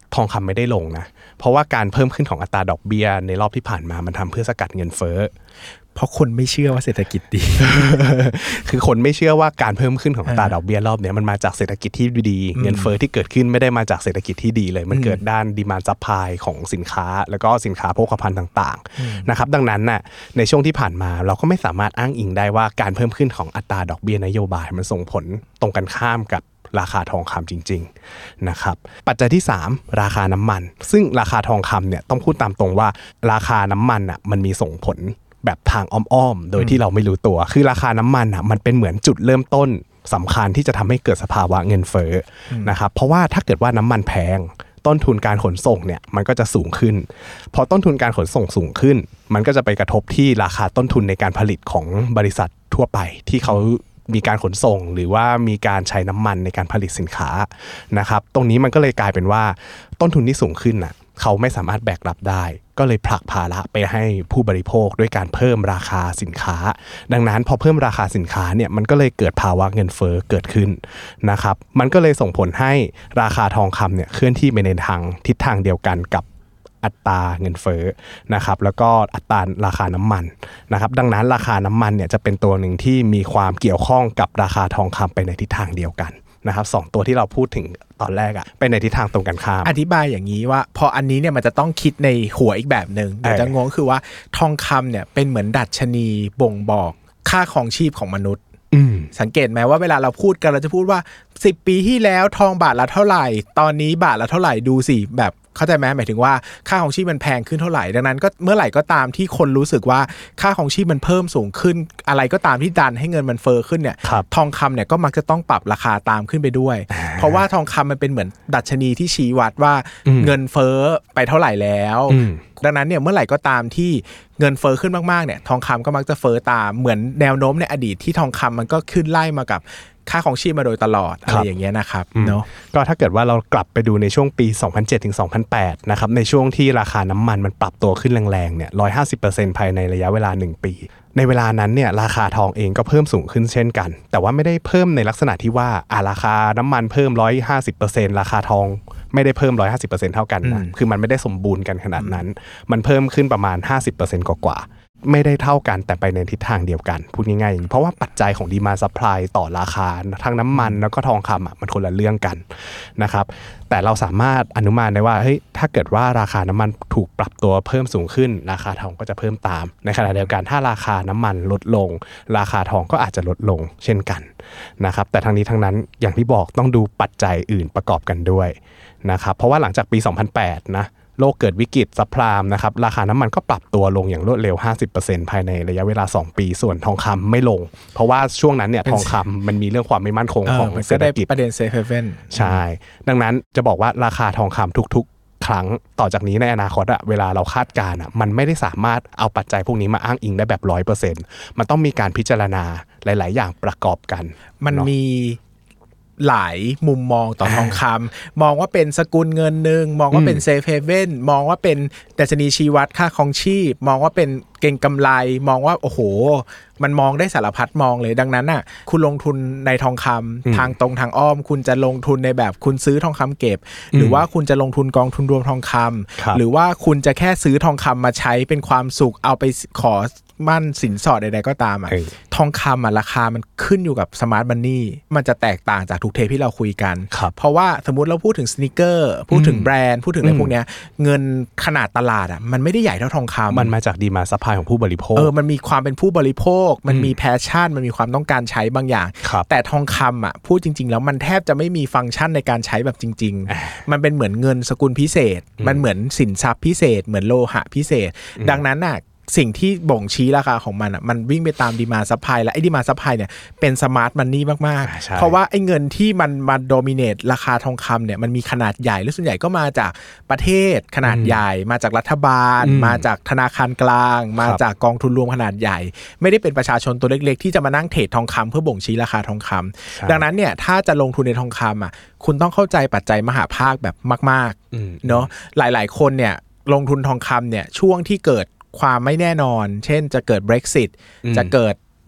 Speaker 2: ทองคำไม่ได้ลงนะเพราะว่าการเพิ่มขึ้นของอัตราดอกเบี้ยในรอบที่ผ่านมามันทำเพื่อสกัดเงินเฟ้อ
Speaker 3: เพราะคนไม่เชื่อว่าเศรษฐกิจดี
Speaker 2: คือคนไม่เชื่อว่าการเพิ่มขึ้นของอัตราดอกเบี้ยรอบนี้มันมาจากเศรษฐกิจที่ดีเงินเฟ้อที่เกิดขึ้นไม่ได้มาจากเศรษฐกิจที่ดีเลยมันเกิดด้านดีมานด์ซัพพลายของสินค้าแล้วก็สินค้าโภคภัณฑ์ต่างๆนะครับดังนั้นน่ะในช่วงที่ผ่านมาเราก็ไม่สามารถอ้างอิงได้ว่าการเพิ่มขึ้นของอัตราดอกเบี้ยนโยบายมันส่งผลตรงกันข้ามกับราคาทองคำจริงๆนะครับปัจจัยที่3ราคาน้ำมันซึ่งราคาทองคำเนี่ยต้องพูดตามตรงว่าราคาน้ำมันอ่ะมันมีส่งผลแบบทางอ้อมๆโดยที่เราไม่รู้ตัวคือราคาน้ำมันอ่ะมันเป็นเหมือนจุดเริ่มต้นสำคัญที่จะทำให้เกิดสภาวะเงินเฟ้อนะครับเพราะว่าถ้าเกิดว่าน้ำมันแพงต้นทุนการขนส่งเนี่ยมันก็จะสูงขึ้นพอต้นทุนการขนส่งสูงขึ้นมันก็จะไปกระทบที่ราคาต้นทุนในการผลิตของบริษัททั่วไปที่เขามีการขนส่งหรือว่ามีการใช้น้ำมันในการผลิตสินค้านะครับตรงนี้มันก็เลยกลายเป็นว่าต้นทุนที่สูงขึ้นน่ะเขาไม่สามารถแบกรับได้ก็เลยผลักภาระไปให้ผู้บริโภคด้วยการเพิ่มราคาสินค้าดังนั้นพอเพิ่มราคาสินค้าเนี่ยมันก็เลยเกิดภาวะเงินเฟ้อเกิดขึ้นนะครับมันก็เลยส่งผลให้ราคาทองคำเนี่ยเคลื่อนที่ไปในทิศทางเดียวกันกับอัตราเงินเฟ้อนะครับแล้วก็อัตราราคาน้ำมันนะครับดังนั้นราคาน้ำมันเนี่ยจะเป็นตัวหนึ่งที่มีความเกี่ยวข้องกับราคาทองคำไปในทิศทางเดียวกันนะครับ2ตัวที่เราพูดถึงตอนแรกไปในทิศทางตรงกันข้าม
Speaker 3: อธิบายอย่างนี้ว่าพออันนี้เนี่ยมันจะต้องคิดในหัวอีกแบบนึงเดี๋ยวจะงงคือว่าทองคำเนี่ยเป็นเหมือนดัชนีบ่งบอกค่าครองชีพของมนุษย์สังเกตไหมว่าเวลาเราพูดกันเราจะพูดว่า10ปีที่แล้วทองบาทละเท่าไหร่ตอนนี้บาทละเท่าไหร่ดูสิแบบเข้าใจไหมหมายถึงว่าค่าของชีพมันแพงขึ้นเท่าไหร่ดังนั้นก็เมื่อไหร่ก็ตามที่คนรู้สึกว่าค่าของชีพมันเพิ่มสูงขึ้นอะไรก็ตามที่ดันให้เงินมันเฟ้อขึ้นเนี่ยทองคำเนี่ยก็มักจะต้องปรับราคาตามขึ้นไปด้วยเพราะว่าทองคำมันเป็นเหมือนดัชนีที่ชี้วัดว่าเงินเฟ้อไปเท่าไหร่แล้วดังนั้นเนี่ยเมื่อไหร่ก็ตามที่เงินเฟ้อขึ้นมากๆเนี่ยทองคำก็มักจะเฟ้อตามเหมือนแนวโน้มในอดีตที่ทองคำมันก็ขึ้นไล่มากับค่าของชีพมาโดยตลอดอะไรอย่างเงี้ยนะครับเนาะ
Speaker 2: ก็ถ้าเกิดว่าเรากลับไปดูในช่วงปี 2007 ถึง 2008 นะครับในช่วงที่ราคาน้ำมันมันปรับตัวขึ้นแรงๆเนี่ย 150% ภายในระยะเวลา1ปีในเวลานั้นเนี่ยราคาทองเองก็เพิ่มสูงขึ้นเช่นกันแต่ว่าไม่ได้เพิ่มในลักษณะที่ว่าราคาน้ำมันเพิ่ม 150% ราคาทองไม่ได้เพิ่ม 150% เท่ากันนะคือมันไม่ได้สมบูรณ์กันขนาดนั้นมันเพิ่มขึ้นประมาณ 50% กว่าไม่ได้เท่ากันแต่ไปในทิศทางเดียวกันพูดง่ายๆเพราะว่าปัจจัยของดีมานด์ซัพพลายต่อราคาทั้งน้ำมันแล้วก็ทองคำมันคนละเรื่องกันนะครับแต่เราสามารถอนุมานได้ว่าเฮ้ยถ้าเกิดว่าราคาน้ำมันถูกปรับตัวเพิ่มสูงขึ้นราคาทองก็จะเพิ่มตามในขณะเดียวกันถ้าราคาน้ำมันลดลงราคาทองก็อาจจะลดลงเช่นกันนะครับแต่ทั้งนี้ทั้งนั้นอย่างที่บอกต้องดูปัจจัยอื่นประกอบกันด้วยนะครับเพราะว่าหลังจากปี 2008 นะโลกเกิดวิกฤตซับไพรม์นะครับราคาน้ำมันก็ปรับตัวลงอย่างรวดเร็ว 50% ภายในระยะเวลา2ปีส่วนทองคำไม่ลงเพราะว่าช่วงนั้นเนี่ยทองคำมันมีเรื่องความไม่มั่นคงของเศรษฐกิจ
Speaker 3: ประเด็นเซฟเฮเว่น
Speaker 2: ใช่ดังนั้นจะบอกว่าราคาทองคำทุกๆครั้งต่อจากนี้ในอนาคตเวลาเราคาดการณ์มันไม่ได้สามารถเอาปัจจัยพวกนี้มาอ้างอิงได้แบบ 100% มันต้องมีการพิจารณาหลายๆอย่างประกอบกัน
Speaker 3: มันมีหลายมุมมองต่อทองคำมองว่าเป็นสกุลเงินนึงมองว่าเป็นเซฟเฮเว่นมองว่าเป็นดัชนีชี้วัดค่าครองชีพมองว่าเป็นเก็งกำไรมองว่าโอ้โหมันมองได้สารพัดมองเลยดังนั้นคุณลงทุนในทองคำทางตรงทางอ้อมคุณจะลงทุนในแบบคุณซื้อทองคำเก็บหรือว่าคุณจะลงทุนกองทุนรวมทองคำหรือว่าคุณจะแค่ซื้อทองคำมาใช้เป็นความสุขเอาไปขอมั่นสินสอดใดๆก็ตามทองคำราคามันขึ้นอยู่กับสมาร์ทมันนี่มันจะแตกต่างจากทุกเทปที่เราคุยกันเพราะว่าสมมุติเราพูดถึงสนิเกอร์พูดถึงแบรนด์พูดถึงอะไรพวกเนี้ยเงินขนาดตลาดมันไม่ได้ใหญ่เท่าทองคำ
Speaker 2: มันมาจากดีมานด์ซัพพลายของผู้บริโภค
Speaker 3: มันมีความเป็นผู้บริโภคมันมีแพชชั่นมันมีความต้องการใช้บางอย่างแต่ทองคำพูดจริงๆแล้วมันแทบจะไม่มีฟังก์ชันในการใช้แบบจริงๆมันเป็นเหมือนเงินสกุลพิเศษมันเหมือนสินทรัพย์พิเศษเหมือนโลหะพิเศษดังนั้นสิ่งที่บ่งชี้ราคาของมันมันวิ่งไปตามดีมานด์ซัพพลายและไอ้ดีมานด์ซัพพลายเนี่ยเป็นสมาร์ทมันนี่มากๆเพราะว่าไอ้เงินที่มันมาโดมิเนตราคาทองคำเนี่ยมันมีขนาดใหญ่และส่วนใหญ่ก็มาจากประเทศขนาดใหญ่มาจากรัฐบาลมาจากธนาคารกลางมาจากกองทุนรวมขนาดใหญ่ไม่ได้เป็นประชาชนตัวเล็กๆที่จะมานั่งเทรดทองคำเพื่อบ่งชี้ราคาทองคำดังนั้นเนี่ยถ้าจะลงทุนในทองคำคุณต้องเข้าใจปัจจัยมหาภาคแบบมากๆเนาะหลายๆคนเนี่ยลงทุนทองคำเนี่ยช่วงที่เกิดความไม่แน่นอนเช่นจะเกิด Brexit จะเกิด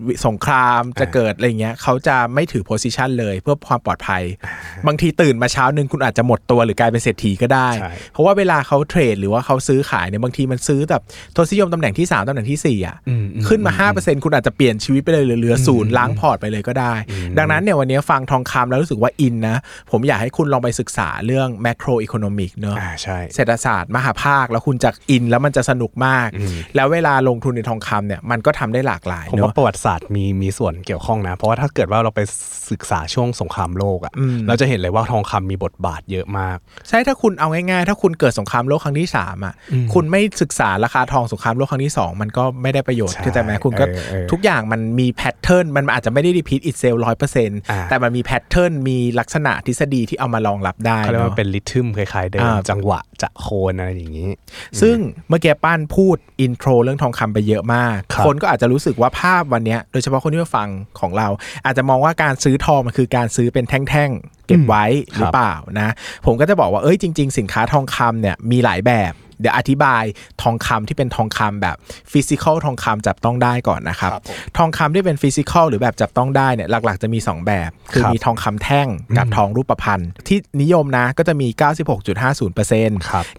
Speaker 3: สงครามจะเกิดอะไรเงี้ยเขาจะไม่ถือโพสิชันเลยเพื่อความปลอดภัยบางทีตื่นมาเช้านึงคุณอาจจะหมดตัวหรือกลายเป็นเศรษฐีก็ได้เพราะว่าเวลาเขาเทรดหรือว่าเขาซื้อขายเนี่ยบางทีมันซื้อแบบทศนิยมตำแหน่งที่3ตำแหน่งที่4อ่ะขึ้นมา 5% คุณอาจจะเปลี่ยนชีวิตไปเลยเหลือ0ล้างพอร์ตไปเลยก็ได้ดังนั้นเนี่ยวันนี้ฟังทองคำแล้วรู้สึกว่าอินนะผมอยากให้คุณลองไปศึกษาเรื่อง macro economic เนอะเศรษฐศาสตร์มหาภาคแล้วคุณจะอินแล้วมันจะสนุกมากแล้วเวลาลงทุนในทองคำเนี่ยมันก็ทำได้หลากหลาย
Speaker 2: ผมว่าประวัติศาสตร์มีส่วนเกี่ยวข้องนะเพราะว่าถ้าเกิดว่าเราไปศึกษาช่วงสงครามโลกอ่ะเราจะเห็นเลยว่าทองคำมีบทบาทเยอะมาก
Speaker 3: ใช่ถ้าคุณเอาง่ายๆถ้าคุณเกิดสงครามโลกครั้งที่3อ่ะคุณไม่ศึกษาราคาทองสงครามโลกครั้งที่2มันก็ไม่ได้ประโยชน์เข้าใจไหมคุณก็ทุกอย่างมันมีแพทเทิร์นมันอาจจะไม่ได้รีพีทอิทเซล 100% แต่มันมีแพทเทิร์นมีลักษณะทฤษฎีที่เอามารองรับได้
Speaker 2: เขาเรียกว่าเป็นริทึมคล้ายๆเดิมจังหวะจะโคนอะไรอย่างนี้
Speaker 3: ซึ่งเมื่อกี้ป้านพูดอินโทรเรื่องทองคำไปเยอะมากคนก็อาจจะรู้สึกว่าภาพวันนี้โดยเฉพาะคนที่มาฟังของเราอาจจะมองว่าการซื้อทองมันคือการซื้อเป็นแท่งๆเก็บไว้หรือเปล่านะผมก็จะบอกว่าจริงๆสินค้าทองคำเนี่ยมีหลายแบบเดี๋ยวอธิบายทองคำที่เป็นทองคำแบบฟิสิกอลทองคำจับต้องได้ก่อนนะครับทองคำที่เป็นฟิสิกอลหรือแบบจับต้องได้เนี่ยหลักๆจะมี2แบบคือมีทองคำแท่งกับทองรูปพรรณที่นิยมนะก็จะมี 96.50%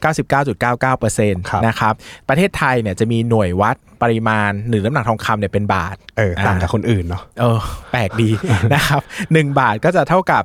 Speaker 3: 99.99% นะครับประเทศไทยเนี่ยจะมีหน่วยวัดปริมาณหรือน้ำหนักทองคำเนี่ยเป็นบาท
Speaker 2: ต่างจากคนอื่นเนาะ
Speaker 3: แปลกดี นะครับ1บาทก็จะเท่ากับ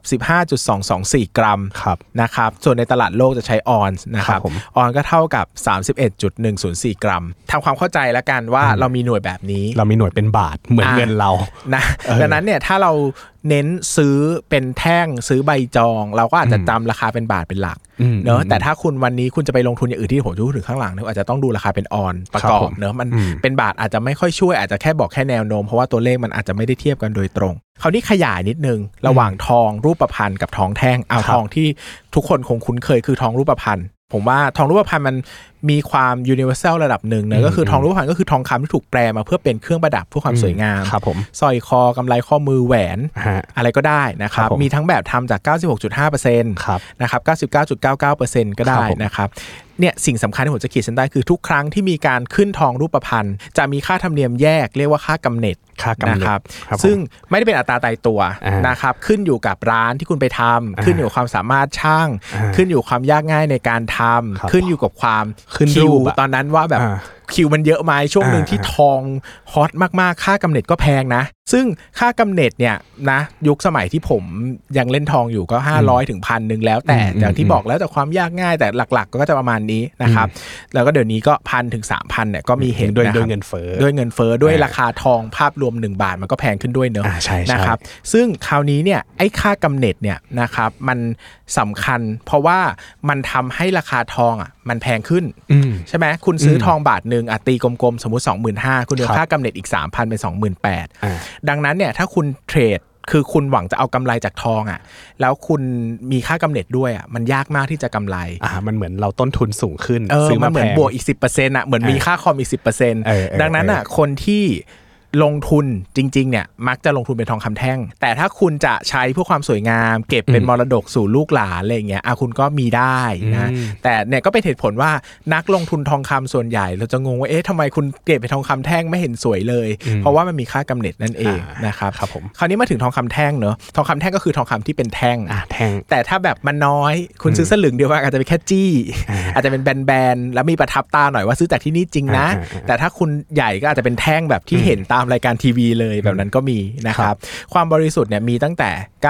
Speaker 3: 15.224 กรัมนะครับส่วนในตลาดโลกจะใช้ออนซ์นะครับออนก็เท่ากับ 31.104 กรัมทำความเข้าใจแล้วกันว่าเรามีหน่วยแบบนี้
Speaker 2: เรามีหน่วยเป็นบาทเหมือนเงินเรา
Speaker 3: นะดังนั้นเนี่ยถ้าเราเน้นซื้อเป็นแท่งซื้อใบจองเราก็อาจจะจำราคาเป็นบาทเป็นหลักเนอะแต่ถ้าคุณวันนี้คุณจะไปลงทุนอย่างอื่นที่ผมจะพูดถึงข้างหลังเนี่ยอาจจะต้องดูราคาเป็นออนประกอบเนอะมันเป็นบาทอาจจะไม่ค่อยช่วยอาจจะแค่บอกแค่แนวโน้มเพราะว่าตัวเลขมันอาจจะไม่ได้เทียบกันโดยตรงคราวนี้ขยายนิดนึงระหว่างทองรูปพรรณกับทองแท่งเอาทองที่ทุกคนคงคุ้นเคยคือทองรูปพรรณผมว่าทองรูปพรรณมันมีความ universal ระดับหนึ่งนะก็คือทองรูปพรรณก็คือทองคำที่ถูกแปลมาเพื่อเป็นเครื่องประดับเพื่อความสวยงามสร้อยคอกำไลข้อมือแหวนอะไรก็ได้นะครับมีทั้งแบบทำจาก 96.5% นะครับ 99.99% ก็ได้นะครับเนี่ยสิ่งสำคัญที่ผมจะขีดเส้นใต้คือทุกครั้งที่มีการขึ้นทองรูปพรรณจะมีค่าธรรมเนียมแยกเรียกว่าค่ากำเนิดนะครับซึ่งไม่ได้เป็นอัตราตายตัวนะครับขึ้นอยู่กับร้านที่คุณไปทำขึ้นอยู่กับความสามารถช่างขึ้นอยู่ความยากง่ายในการทำขึ้นอยู่กับความคิวตอนนั้นว่าแบบคิวมันเยอะไหมช่วงหนึ่งที่ทองฮอตมากๆค่ากำเนิดก็แพงนะซึ่งค่ากำเนิดเนี่ยนะยุคสมัยที่ผมยังเล่นทองอยู่ก็500ถึง 1,000 แล้วแต่อย่างที่บอกแล้วแต่ความยากง่ายแต่หลักๆก็จะประมาณนี้นะครับแล้วก็เดี๋ยวนี้ก็ 1,000 ถึง 3,000 เนี่ยก็มีเห็น
Speaker 2: ด้วยเงินเฟ้อ
Speaker 3: ด้วยราคาทองภาพรวม1บาทมันก็แพงขึ้นด้วยเนอะนะครับซึ่งคราวนี้เนี่ยไอ้ค่ากำเนิดเนี่ยนะครับมันสำคัญเพราะว่ามันทำให้ราคาทองอ่ะมันแพงขึ้นใช่ไหมคุณซื้อทองบาทนึงตีกลมๆสมมุติ 25,000 คุณเหลือค่ากำเนิดอีก 3,000 เป็น 28,000 ดังนั้นเนี่ยถ้าคุณเทรดคือคุณหวังจะเอากำไรจากทองอ่ะแล้วคุณมีค่ากำเนิดด้วยอ่ะมันยากมากที่จะกำไร
Speaker 2: มันเหมือนเราต้นทุนสูงขึ้น
Speaker 3: ซื้อมาเหมือนบวกอีก 10% อ่ะเหมือนมีค่าคอมอีก 10% ดังนั้นอ่ะคนที่ลงทุนจริงๆเนี่ยมักจะลงทุนเป็นทองคำแท่งแต่ถ้าคุณจะใช้เพื่อความสวยงามเก็บเป็นมรดกสู่ลูกหลานอะไรอย่างเงี้ยคุณก็มีได้นะแต่เนี่ยก็เป็นเหตุผลว่านักลงทุนทองคำส่วนใหญ่เราจะงงว่าทำไมคุณเก็บเป็นทองคำแท่งไม่เห็นสวยเลยเพราะว่ามันมีค่ากำเนิดนั่นเองนะครับคราวนี้มาถึงทองคำแท่งเนอะทองคำแท่งก็คือทองคำที่เป็นแท่งแต่ถ้าแบบมันน้อยคุณซื้อสลึงเดียวอาจจะเป็นแค่จี้อาจจะเป็นแบนๆแล้วมีประทับตาหน่อยว่าซื้อจากที่นี่จริงนะแต่ถ้าคุณใหญ่ก็อาจจะเป็นแท่งแบบที่เห็นตามรายการทีวีเลยแบบนั้นก็มีนะครับความบริสุทธิ์เนี่ยมีตั้งแต่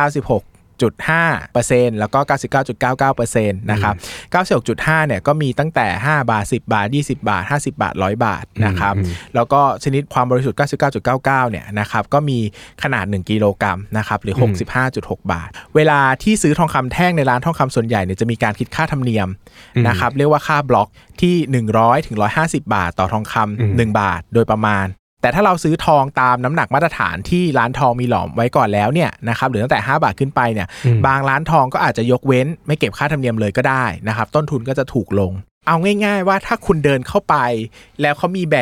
Speaker 3: 96.5% แล้วก็ 99.99% นะครับ 96.5 เนี่ยก็มีตั้งแต่5บาท10บาท20บาท50บาท100บาทนะครับแล้วก็ชนิดความบริสุทธิ์ 99.99 เนี่ยนะครับก็มีขนาด1กิโลกรัมนะครับหรือ 65.6 บาทเวลาที่ซื้อทองคำแท่งในร้านทองคำส่วนใหญ่เนี่ยจะมีการคิดค่าธรรมเนียมนะครับเรียกว่าค่าบล็อกที่100ถึง150บาทต่อทองคำ1บาทโดยประมาณแต่ถ้าเราซื้อทองตามน้ำหนักมาตรฐานที่ร้านทองมีหลอมไว้ก่อนแล้วเนี่ยนะครับหรือตั้งแต่5บาทขึ้นไปเนี่ยบางร้านทองก็อาจจะยกเว้นไม่เก็บค่าธรรมเนียมเลยก็ได้นะครับต้นทุนก็จะถูกลงเอาง่ายๆว่าถ้าคุณเดินเข้าไปแล้วเขามีแบบข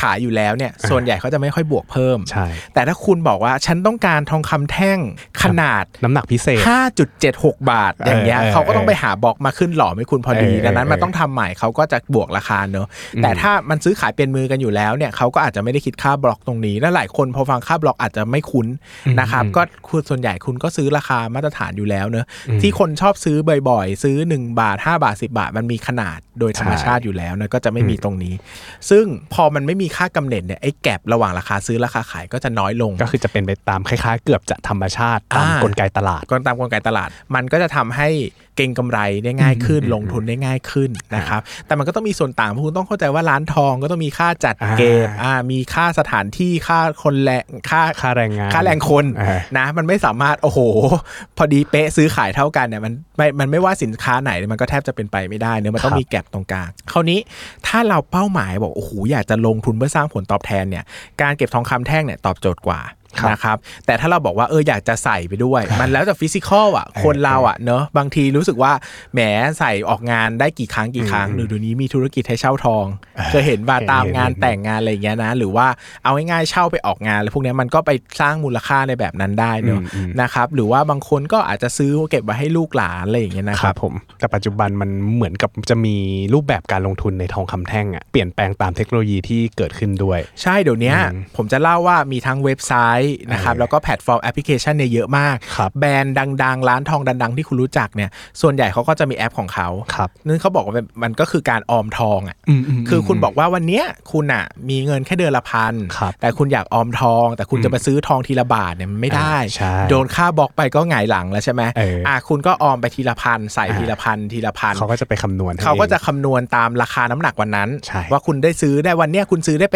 Speaker 3: ขายอยู่แล้วเนี่ยส่วนใหญ่เขาจะไม่ค่อยบวกเพิ่ม
Speaker 2: ใช่
Speaker 3: แต่ถ้าคุณบอกว่าฉันต้องการทองคำแท่งขนาด
Speaker 2: น้ำหนักพิเศษ
Speaker 3: 5.76 บาทอย่างเงี้ยเขาก็ต้องไปหาบล็อกมาขึ้นหล่อให้คุณพอดีดังนั้นมันต้องทำใหม่เขาก็จะบวกราคาเนอะแต่ถ้ามันซื้อขายเป็นมือกันอยู่แล้วเนี่ยเขาก็อาจจะไม่ได้คิดค่าบล็อกตรงนี้และหลายคนพอฟังค่าบล็อกอาจจะไม่คุ้นนะครับก็คุณส่วนใหญ่คุณก็ซื้อราคามาตรฐานอยู่แล้วเนอะที่คนชอบซื้อบ่อยๆซื้อ1บาท5บาท10บาทมันมีขนาดโดยธรรมชาติอยู่แล้วนะก็จะไม่มีตรงนี้ซึ่งพอมันไม่มีค่ากำเนิดเนี่ยไอ้แก็ประหว่างราคาซื้อราคาขายก็จะน้อยลง
Speaker 2: ก็คือจะเป็นไปตามคล้ายๆเกือบจะธรรมชาติตามกลไกตลาด
Speaker 3: ก็ตามกลไกตลาดมันก็จะทำให้เก็งกำไรได้ง่ายขึ้นลงทุนได้ง่ายขึ้นนะครับแต่มันก็ต้องมีส่วนต่างเพราะคุณต้องเข้าใจว่าร้านทองก็ต้องมีค่าจัดเก็บมีค่าสถานที่ค่าคนแรง
Speaker 2: ค่าแรงงาน
Speaker 3: ค่าแรงคนนะมันไม่สามารถโอ้โหพอดีเป๊ะซื้อขายเท่ากันเนี่ยมันไม่ว่าสินค้าไหนมันก็แทบจะเป็นไปไม่ได้เนอะมันต้องมีแก็บตรงกลางคราวนี้ถ้าเราเป้าหมายบอกโอ้โหอยากจะลงทุนเพื่อสร้างผลตอบแทนเนี่ยการเก็บทองคำแท่งเนี่ยตอบโจทย์กว่านะครับแต่ถ้าเราบอกว่าอยากจะใส่ไปด้วยมันแล้วแต่ฟิสิกอลอ่ะคนเราอ่ะเนอะบางทีรู้สึกว่าแหมใส่ออกงานได้กี่ครั้งหรือเดี๋ยวนี้มีธุรกิจให้เช่าทองเคยเห็นว่าตามงานแต่งงานอะไรอย่างเงี้ยนะหรือว่าเอาง่ายๆเช่าไปออกงานแล้วพวกนี้มันก็ไปสร้างมูลค่าในแบบนั้นได้เนอะนะครับหรือว่าบางคนก็อาจจะซื้อเก็บไว้ให้ลูกหลานอะไรอย่างเงี้ยนะครับ
Speaker 2: ผมแต่ปัจจุบันมันเหมือนกับจะมีรูปแบบการลงทุนในทองคำแท่งอ่ะเปลี่ยนแปลงตามเทคโนโลยีที่เกิดขึ้นด้วย
Speaker 3: ใช่เดี๋ยวนี้ผมจะเล่าว่ามีทั้งเว็บไซต์นะครับแล้วก็แพลตฟอร์มแอปพลิเคชันเนี่ยเยอะมากแบรนด์ดังๆร้านทองดังๆที่คุณรู้จักเนี่ยส่วนใหญ่เขาก็จะมีแอปของเขานั่นเขาบอกว่ามันก็คือการออมทองอ่ะคือคุณบอกว่าวันเนี้ยคุณอ่ะมีเงินแค่เดือนละพันแต่คุณอยากออมทองแต่คุณจะมาซื้อทองทีละบาทเนี่ยมันไม่ได้โดนค่าบล็อกไปก็หงายหลังแล้วใช่ไหมคุณก็ออมไปทีละพันใส่ทีละพัน
Speaker 2: เขาก็จะไปคำนวณ
Speaker 3: เขาก็จะคำนวณตามราคาน้ำหนักวันนั้นว่าคุณได้ซื้อได้วันเนี้ยคุณซื้อได้ไป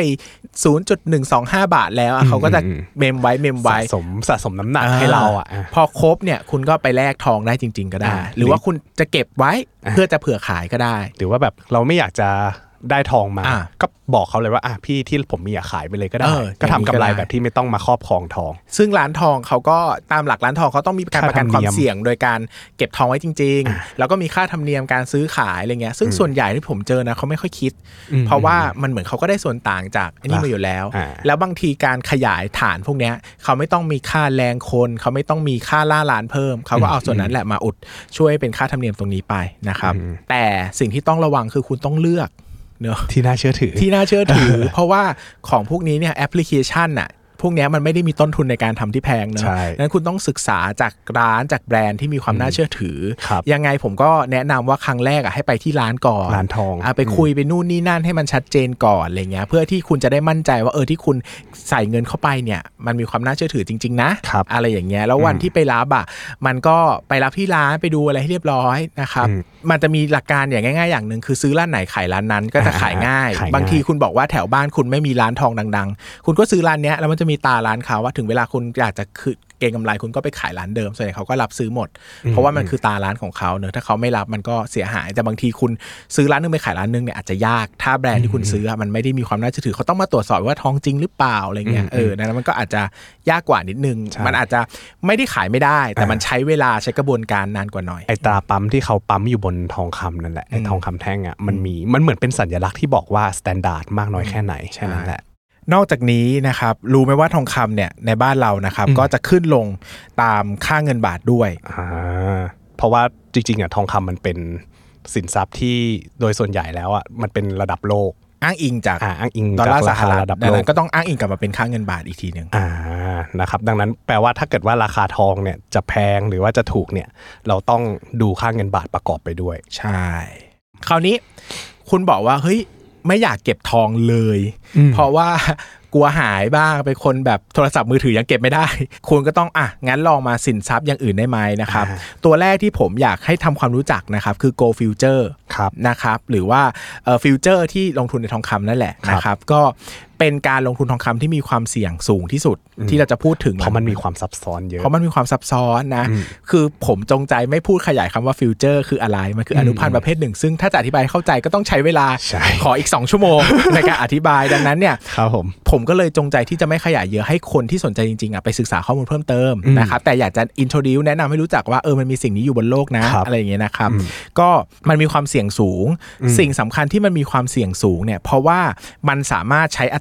Speaker 3: 0.125 บาทแล้วเขาก็จะเมมไว้
Speaker 2: สะสมน้ำหนักให้เราอ่ะ
Speaker 3: พอครบเนี่ยคุณก็ไปแลกทองได้จริงๆก็ได้หรือว่าคุณจะเก็บไว้เพื่อจะเผื่อขายก็ได้
Speaker 2: หรือว่าแบบเราไม่อยากจะได้ทองมาก็บอกเขาเลยว่าพี่ที่ผมมีอยากขายไปเลยก็ได้ก็ทำกำไรแบบที่ไม่ต้องมาครอบครองทอง
Speaker 3: ซึ่งร้านทองเขาก็ตามหลักร้านทองเขาต้องมีการประกันความเสี่ยงโดยการเก็บทองไว้จริงๆแล้วก็มีค่าธรรมเนียมการซื้อขายอะไรเงี้ยซึ่งส่วนใหญ่ที่ผมเจอนะเขาไม่ค่อยคิดเพราะว่ามันเหมือนเขาก็ได้ส่วนต่างจากอันนี้มาอยู่แล้วแล้วบางทีการขยายฐานพวกนี้เขาไม่ต้องมีค่าแรงคนเขาไม่ต้องมีค่าล่าร้านเพิ่มเขาก็เอาส่วนนั้นแหละมาอุดช่วยเป็นค่าธรรมเนียมตรงนี้ไปนะครับแต่สิ่งที่ต้องระวังคือคุณต้องเลือก
Speaker 2: ที่น่าเชื่อถือ
Speaker 3: เพราะว่าของพวกนี้เนี่ยแอปพลิเคชันน่ะพวกนี้มันไม่ได้มีต้นทุนในการทำที่แพงเนอะนั้นคุณต้องศึกษาจากร้านจากแบรนด์ที่มีความน่าเชื่อถือยังไงผมก็แนะนำว่าครั้งแรกให้ไปที่ร้านก่อน
Speaker 2: ร้านทอง
Speaker 3: ไปคุยไปนู่นนี่นั่นให้มันชัดเจนก่อนอะไรเงี้ยเพื่อที่คุณจะได้มั่นใจว่าที่คุณใส่เงินเข้าไปเนี่ยมันมีความน่าเชื่อถือจริงๆนะอะไรอย่างเงี้ยแล้ววันที่ไปรับมันก็ไปรับที่ร้านไปดูอะไรให้เรียบร้อยนะครับมันจะมีหลักการอย่างง่ายๆอย่างนึงคือซื้อร้านไหนขายร้านนั้นก็จะขายง่ายบางทีคุณบอกว่าแถวบ้านคุณไม่มีร้านทองดังๆคุณก็ซื้อร้านเนี้ยแล้วมันจะมีตาร้านเขาว่าถึงเวลาคุณอยากจะเก็งกำไรคุณก็ไปขายร้านเดิมส่วนใหญ่เขาก็รับซื้อหมดเพราะว่ามันคือตาร้านของเขาเนอะถ้าเขาไม่รับมันก็เสียหายแต่บางทีคุณซื้อร้านนึงไปขายร้านนึงเนี่ยอาจจะยากถ้าแบรนด์ที่คุณซื้อมันไม่ได้มีความน่าเชื่อถือเขาต้องมาตรวจสอบว่าทองจริงหรือเปล่าอะไรเงี้ยนั้นมันก็อาจจะยากกว่านิดนึงมันอาจจะไม่ได้ขายไม่ได้แต่มันใช้เวลาใช้กระบวนการนานกว่าหน่อย
Speaker 2: ไอ้ตราปั๊มที่เขาปั๊มอยู่บนทองคำนั่นแหละไอ้ทองคำแท่งอ่ะมันเหมือนเป็นสัญลักษณ์ที่บอกว่าสแตนดาร์ดมากน้อยแค่ไหนแค่นั้นแหละ
Speaker 3: นอกจากนี้นะครับรู้ไหมว่าทองคำเนี่ยในบ้านเรานะครับก็จะขึ้นลงตามค่าเงินบาทด้วย
Speaker 2: เพราะว่าจริงๆทองคำมันเป็นสินทรัพย์ที่โดยส่วนใหญ่แล้วมันเป็นระดับโลก
Speaker 3: อ้างอิงจาก
Speaker 2: ดอลลาร์
Speaker 3: สหรัฐระดับโลกก็ต้องอ้างอิงกลับมาเป็นค่าเงินบาทอีกทีนึง
Speaker 2: นะครับดังนั้นแปลว่าถ้าเกิดว่าราคาทองเนี่ยจะแพงหรือว่าจะถูกเนี่ยเราต้องดูค่าเงินบาทประกอบไปด้วย
Speaker 3: ใช่คราวนี้คุณบอกว่าเฮ้ยไม่อยากเก็บทองเลยเพราะว่ากลัวหายบ้างเป็นคนแบบโทรศัพท์มือถือยังเก็บไม่ได้คุณก็ต้องงั้นลองมาสินทรัพย์อย่างอื่นได้ไหมนะครับตัวแรกที่ผมอยากให้ทำความรู้จักนะครับคือ Gold Future นะครับหรือว่าฟิวเจอร์ที่ลงทุนในทองคำนั่นแหละนะครับก็เป็นการลงทุนทองคำที่มีความเสี่ยงสูงที่สุดที่เราจะพูดถึง
Speaker 2: เพราะมันมีความซับซ้อนเยอะ
Speaker 3: เพราะมันมีความซับซ้อนนะคือผมจงใจไม่พูดขยายคำว่าฟิวเจอร์คืออะไรมันคืออนุพันธ์ประเภทหนึ่งซึ่งถ้าจะอธิบายเข้าใจก็ต้องใช้เวลาขออีก2ชั่วโมงในการอธิบายดังนั้นเนี่ยผมก็เลยจงใจที่จะไม่ขยายเยอะให้คนที่สนใจจริงๆไปศึกษาข้อมูลเพิ่มเติมนะครับแต่อยากจะ introduce แนะนำให้รู้จักว่ามันมีสิ่งนี้อยู่บนโลกนะอะไรอย่างเงี้ยนะครับก็มันมีความเสี่ยงสูงสิ่งสำคัญที่มันมีความเสี่ยงสูงเนี่ยเพราะว่ามันสามารถใช้อั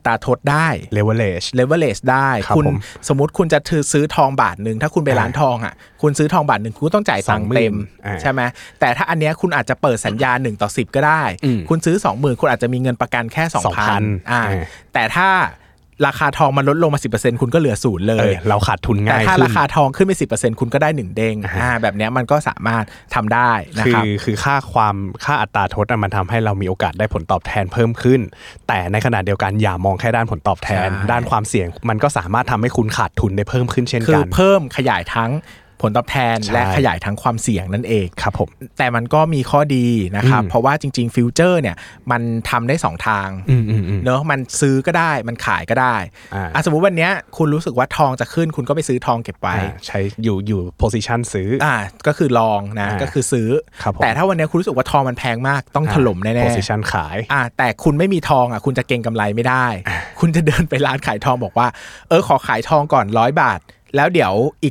Speaker 3: ตราทดได้ leverage ได้คุณสมมุติคุณจะซื้อทองบาทนึงถ้าคุณไปร้านทองอ่ะคุณซื้อทองบาทนึงคุณก็ต้องจ่ายตังค์เต็มใช่ไหมแต่ถ้าอันเนี้ยคุณอาจจะเปิดสัญญา1/10ก็ได้คุณซื้อ 20,000 คุณอาจจะมีเงินประกันแค่ 2,000 แต่ถ้าราคาทองมันลดลงมา 10% คุณก็เหลือ0เลย
Speaker 2: เราขาดทุนง่าย
Speaker 3: แต่ถ้าราคาทองขึ้นไป 10% คุณก็ได้1เด้งแบบนี้มันก็สามารถทำได้นะครับ
Speaker 2: คือค่าอัตราทดมันทำให้เรามีโอกาสได้ผลตอบแทนเพิ่มขึ้นแต่ในขณะเดียวกันอย่ามองแค่ด้านผลตอบแทนด้านความเสี่ยงมันก็สามารถทำให้คุณขาดทุนได้เพิ่มขึ้นเช่นกัน
Speaker 3: คือเพิ่มขยายทั้งผลตอบแทนและขยายทั้งความเสี่ยงนั่นเอง
Speaker 2: ครับผม
Speaker 3: แต่มันก็มีข้อดีนะครับเพราะว่าจริงๆฟิวเจอร์เนี่ยมันทำได้2ทางเนอะมันซื้อก็ได้มันขายก็ได้สมมุติวันนี้คุณรู้สึกว่าทองจะขึ้นคุณก็ไปซื้อทองเก็บไว้
Speaker 2: ใช้อยู่โพซิชันซื้อ
Speaker 3: ก็คือลองนะก็คือซื้อแต่ถ้าวันนี้คุณรู้สึกว่าทองมันแพงมากต้องถล่มแน่ๆ
Speaker 2: โพซิชันขาย
Speaker 3: แต่คุณไม่มีทองคุณจะเก็งกำไรไม่ได้คุณจะเดินไปร้านขายทองบอกว่าขอขายทองก่อน100 บาทแล้วเดี๋ยวอีก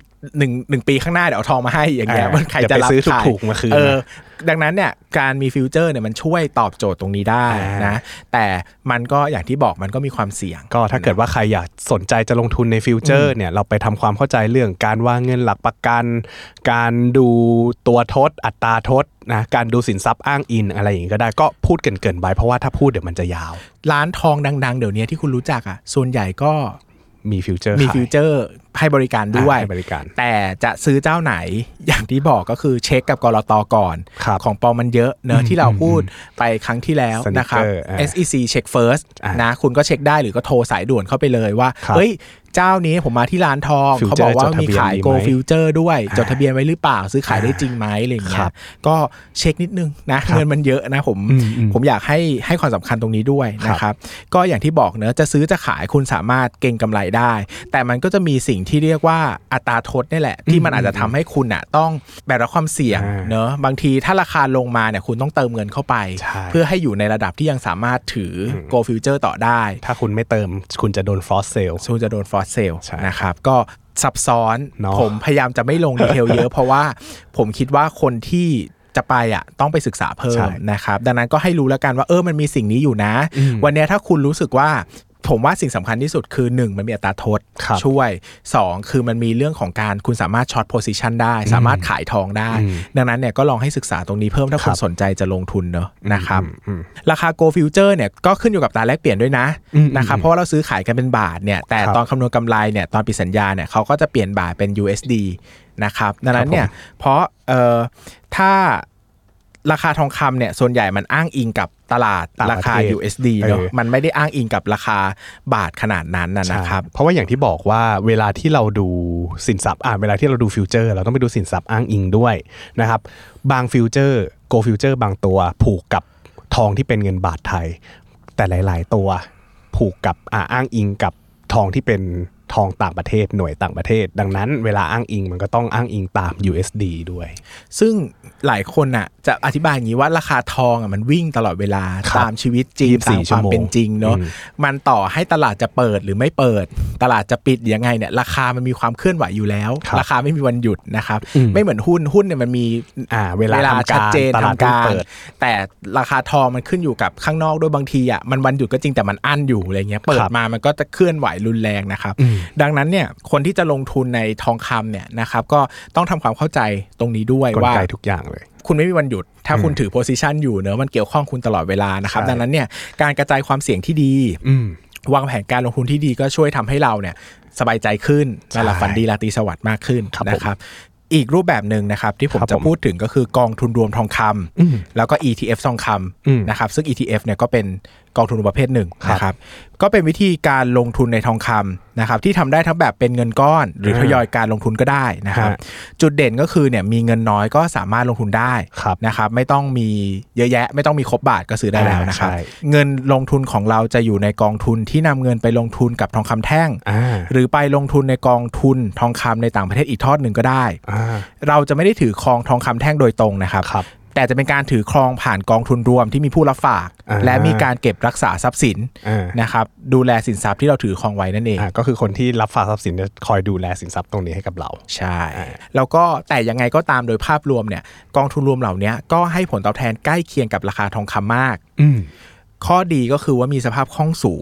Speaker 3: 1 ปีข้างหน้าเดี๋ยวเอาทองมาให้อย่างเงี้ยมันใครจะรับขาย
Speaker 2: ถูกมาคืน
Speaker 3: ดังนั้นเนี่ยการมีฟิวเจอร์เนี่ยมันช่วยตอบโจทย์ตรงนี้ได้นะแต่มันก็อย่างที่บอกมันก็มีความเสี่ยง
Speaker 2: ก็ถ้าเกิดว่าใครอยากสนใจจะลงทุนในฟิวเจอร์เนี่ยเราไปทำความเข้าใจเรื่องการวางเงินหลักประกันการดูตัวทดอัตราทดนะการดูสินทรัพย์อ้างอิงอะไรอย่างงี้ก็ได้ก็พูดเกินไปเพราะว่าถ้าพูดเดี๋ยวมันจะยาว
Speaker 3: ร้านทองดังๆเดี๋ยวนี้ที่คุณรู้จักส่วนใหญ่ก็
Speaker 2: มีฟิวเจอร์
Speaker 3: ให้บริการด้วยแต่จะซื้อเจ้าไหนอย่างที่บอกก็คือเช็คกับกลต.ก่อนของปลอมมันเยอะเนอะที่เราพูดไปครั้งที่แล้วนะครับ SEC Check First นะคุณก็เช็คได้หรือก็โทรสายด่วนเข้าไปเลยว่าเฮ้ยเจ้านี้ผมมาที่ร้านทองเขาบอกว่ามีขายโกฟิวเจอร์ด้วยจดทะเบียนไว้หรือเปล่าซื้อขายได้จริงไหมอะไรอย่างเงี้ยก็เช็คนิดนึงนะเงินมันเยอะนะผมอยากให้ความสำคัญตรงนี้ด้วยนะครับก็อย่างที่บอกเนอะจะซื้อจะขายคุณสามารถเก็งกำไรได้แต่มันก็จะมีสิ่งที่เรียกว่าอัตราทดนี่แหละที่มันอาจจะทำให้คุณต้องแบกรับความเสี่ยงเนอะบางทีถ้าราคาลงมาเนี่ยคุณต้องเติมเงินเข้าไปเพื่อให้อยู่ในระดับที่ยังสามารถถือโกฟิวเจอร์ต่อได้
Speaker 2: ถ้าคุณไม่เติมคุณจะโดนฟอสเซล
Speaker 3: คุณจะโดนฟอสเซลนะครับก็ซับซ้อนผมพยายามจะไม่ลงดีเทลเยอะเพราะว่าผมคิดว่าคนที่จะไปต้องไปศึกษาเพิ่มนะครับดังนั้นก็ให้รู้แล้วกันว่ามันมีสิ่งนี้อยู่นะวันนี้ถ้าคุณรู้สึกว่าผมว่าสิ่งสำคัญที่สุดคือ1มันมีอัตราทดช่วย2คือมันมีเรื่องของการคุณสามารถช็อตโพซิชันได้สามารถขายทองได้ดังนั้นเนี่ยก็ลองให้ศึกษาตรงนี้เพิ่มถ้าคุณสนใจจะลงทุนเนอะนะครับราคา Go Future เนี่ยก็ขึ้นอยู่กับอัตราแลกเปลี่ยนด้วยนะครับเพราะว่าเราซื้อขายกันเป็นบาทเนี่ยแต่ตอนคำนวณกำไรเนี่ยตอนปิดสัญญาเนี่ยเขาก็จะเปลี่ยนบาทเป็น USD นะครับดังนั้นเนี่ยเพราะถ้าราคาทองคำเนี่ยส่วนใหญ่มันอ้างอิงกับตลาดราคา USD เนาะมันไม่ได้อ้างอิงกับราคาบาทขนาดนั้นนะครับ
Speaker 2: เพราะว่าอย่างที่บอกว่าเวลาที่เราดูสินทรัพย์เวลาที่เราดูฟิวเจอร์เราต้องไปดูสินทรัพย์อ้างอิงด้วยนะครับบางฟิวเจอร์โกฟิวเจอร์บางตัวผูกกับทองที่เป็นเงินบาทไทยแต่หลายๆตัวผูกกับอ้างอิงกับทองที่เป็นทองต่างประเทศหน่วยต่างประเทศดังนั้นเวลาอ้างอิงมันก็ต้องอ้างอิงตาม USD ด้วย
Speaker 3: ซึ่งหลายคนจะอธิบายอย่างนี้ว่าราคาทองมันวิ่งตลอดเวลาตามชีวิตจริงตามความเป็นจริงเนาะมันต่อให้ตลาดจะเปิดหรือไม่เปิดตลาดจะปิดยังไงเนี่ยราคามันมีความเคลื่อนไหวอยู่แล้วราคาไม่มีวันหยุดนะครับไม่เหมือนหุ้นเนี่ยมันมี
Speaker 2: เวลา
Speaker 3: ชัดเจนทำการแต่ราคาทองมันขึ้นอยู่กับข้างนอกด้วยบางทีมันวันหยุดก็จริงแต่มันอั้นอยู่อะไรเงี้ยเปิดมามันก็จะเคลื่อนไหวรุนแรงนะครับดังนั้นเนี่ยคนที่จะลงทุนในทองคำเนี่ยนะครับก็ต้องทำความเข้าใจตรงนี้ด้วยว่าก
Speaker 2: ลไกทุกอย่างเลย
Speaker 3: คุณไม่มีวันหยุดถ้าคุณถือโพซิชันอยู่เนอะมันเกี่ยวข้องคุณตลอดเวลานะครับดังนั้นเนี่ยการกระจายความเสี่ยงที่ดีวางแผนการลงทุนที่ดีก็ช่วยทำให้เราเนี่ยสบายใจขึ้นนอนหลับฝันดีราตรีสวัสดิ์มากขึ้นนะครับอีกรูปแบบหนึ่งนะครับที่ผมจะพูดถึงก็คือกองทุนรวมทองคำแล้วก็ ETF ทองคำนะครับซึ่ง ETF เนี่ยก็เป็นกองทุนประเภทหนึ่งนะครับก็เป็นวิธีการลงทุนในทองคำนะครับที่ทำได้ทั้งแบบเป็นเงินก้อนหรือทยอยการลงทุนก็ได้นะครับจุดเด่นก็คือเนี่ยมีเงินน้อยก็สามารถลงทุนได้นะครับไม่ต้องมีเยอะแยะไม่ต้องมีครบบาทก็ซื้อได้แล้วนะครับเงินลงทุนของเราจะอยู่ในกองทุนที่นำเงินไปลงทุนกับทองคำแท่งหรือไปลงทุนในกองทุนทองคำในต่างประเทศอีกทอดหนึ่งก็ได้เราจะไม่ได้ถือครองทองคำแท่งโดยตรงนะครับแต่จะเป็นการถือครองผ่านกองทุนรวมที่มีผู้รับฝากและมีการเก็บรักษาทรัพย์สินนะครับดูแลสินทรัพย์ที่เราถือครองไว้นั่นเอง
Speaker 2: ก็คือคนที่รับฝากทรัพย์สินจะคอยดูแลสินทรัพย์ตรงนี้ให้กับเรา
Speaker 3: ใช่แล้วก็แต่ยังไงก็ตามโดยภาพรวมเนี่ยกองทุนรวมเหล่านี้ก็ให้ผลตอบแทนใกล้เคียงกับราคาทองคำมากข้อดีก็คือว่ามีสภาพคล่องสูง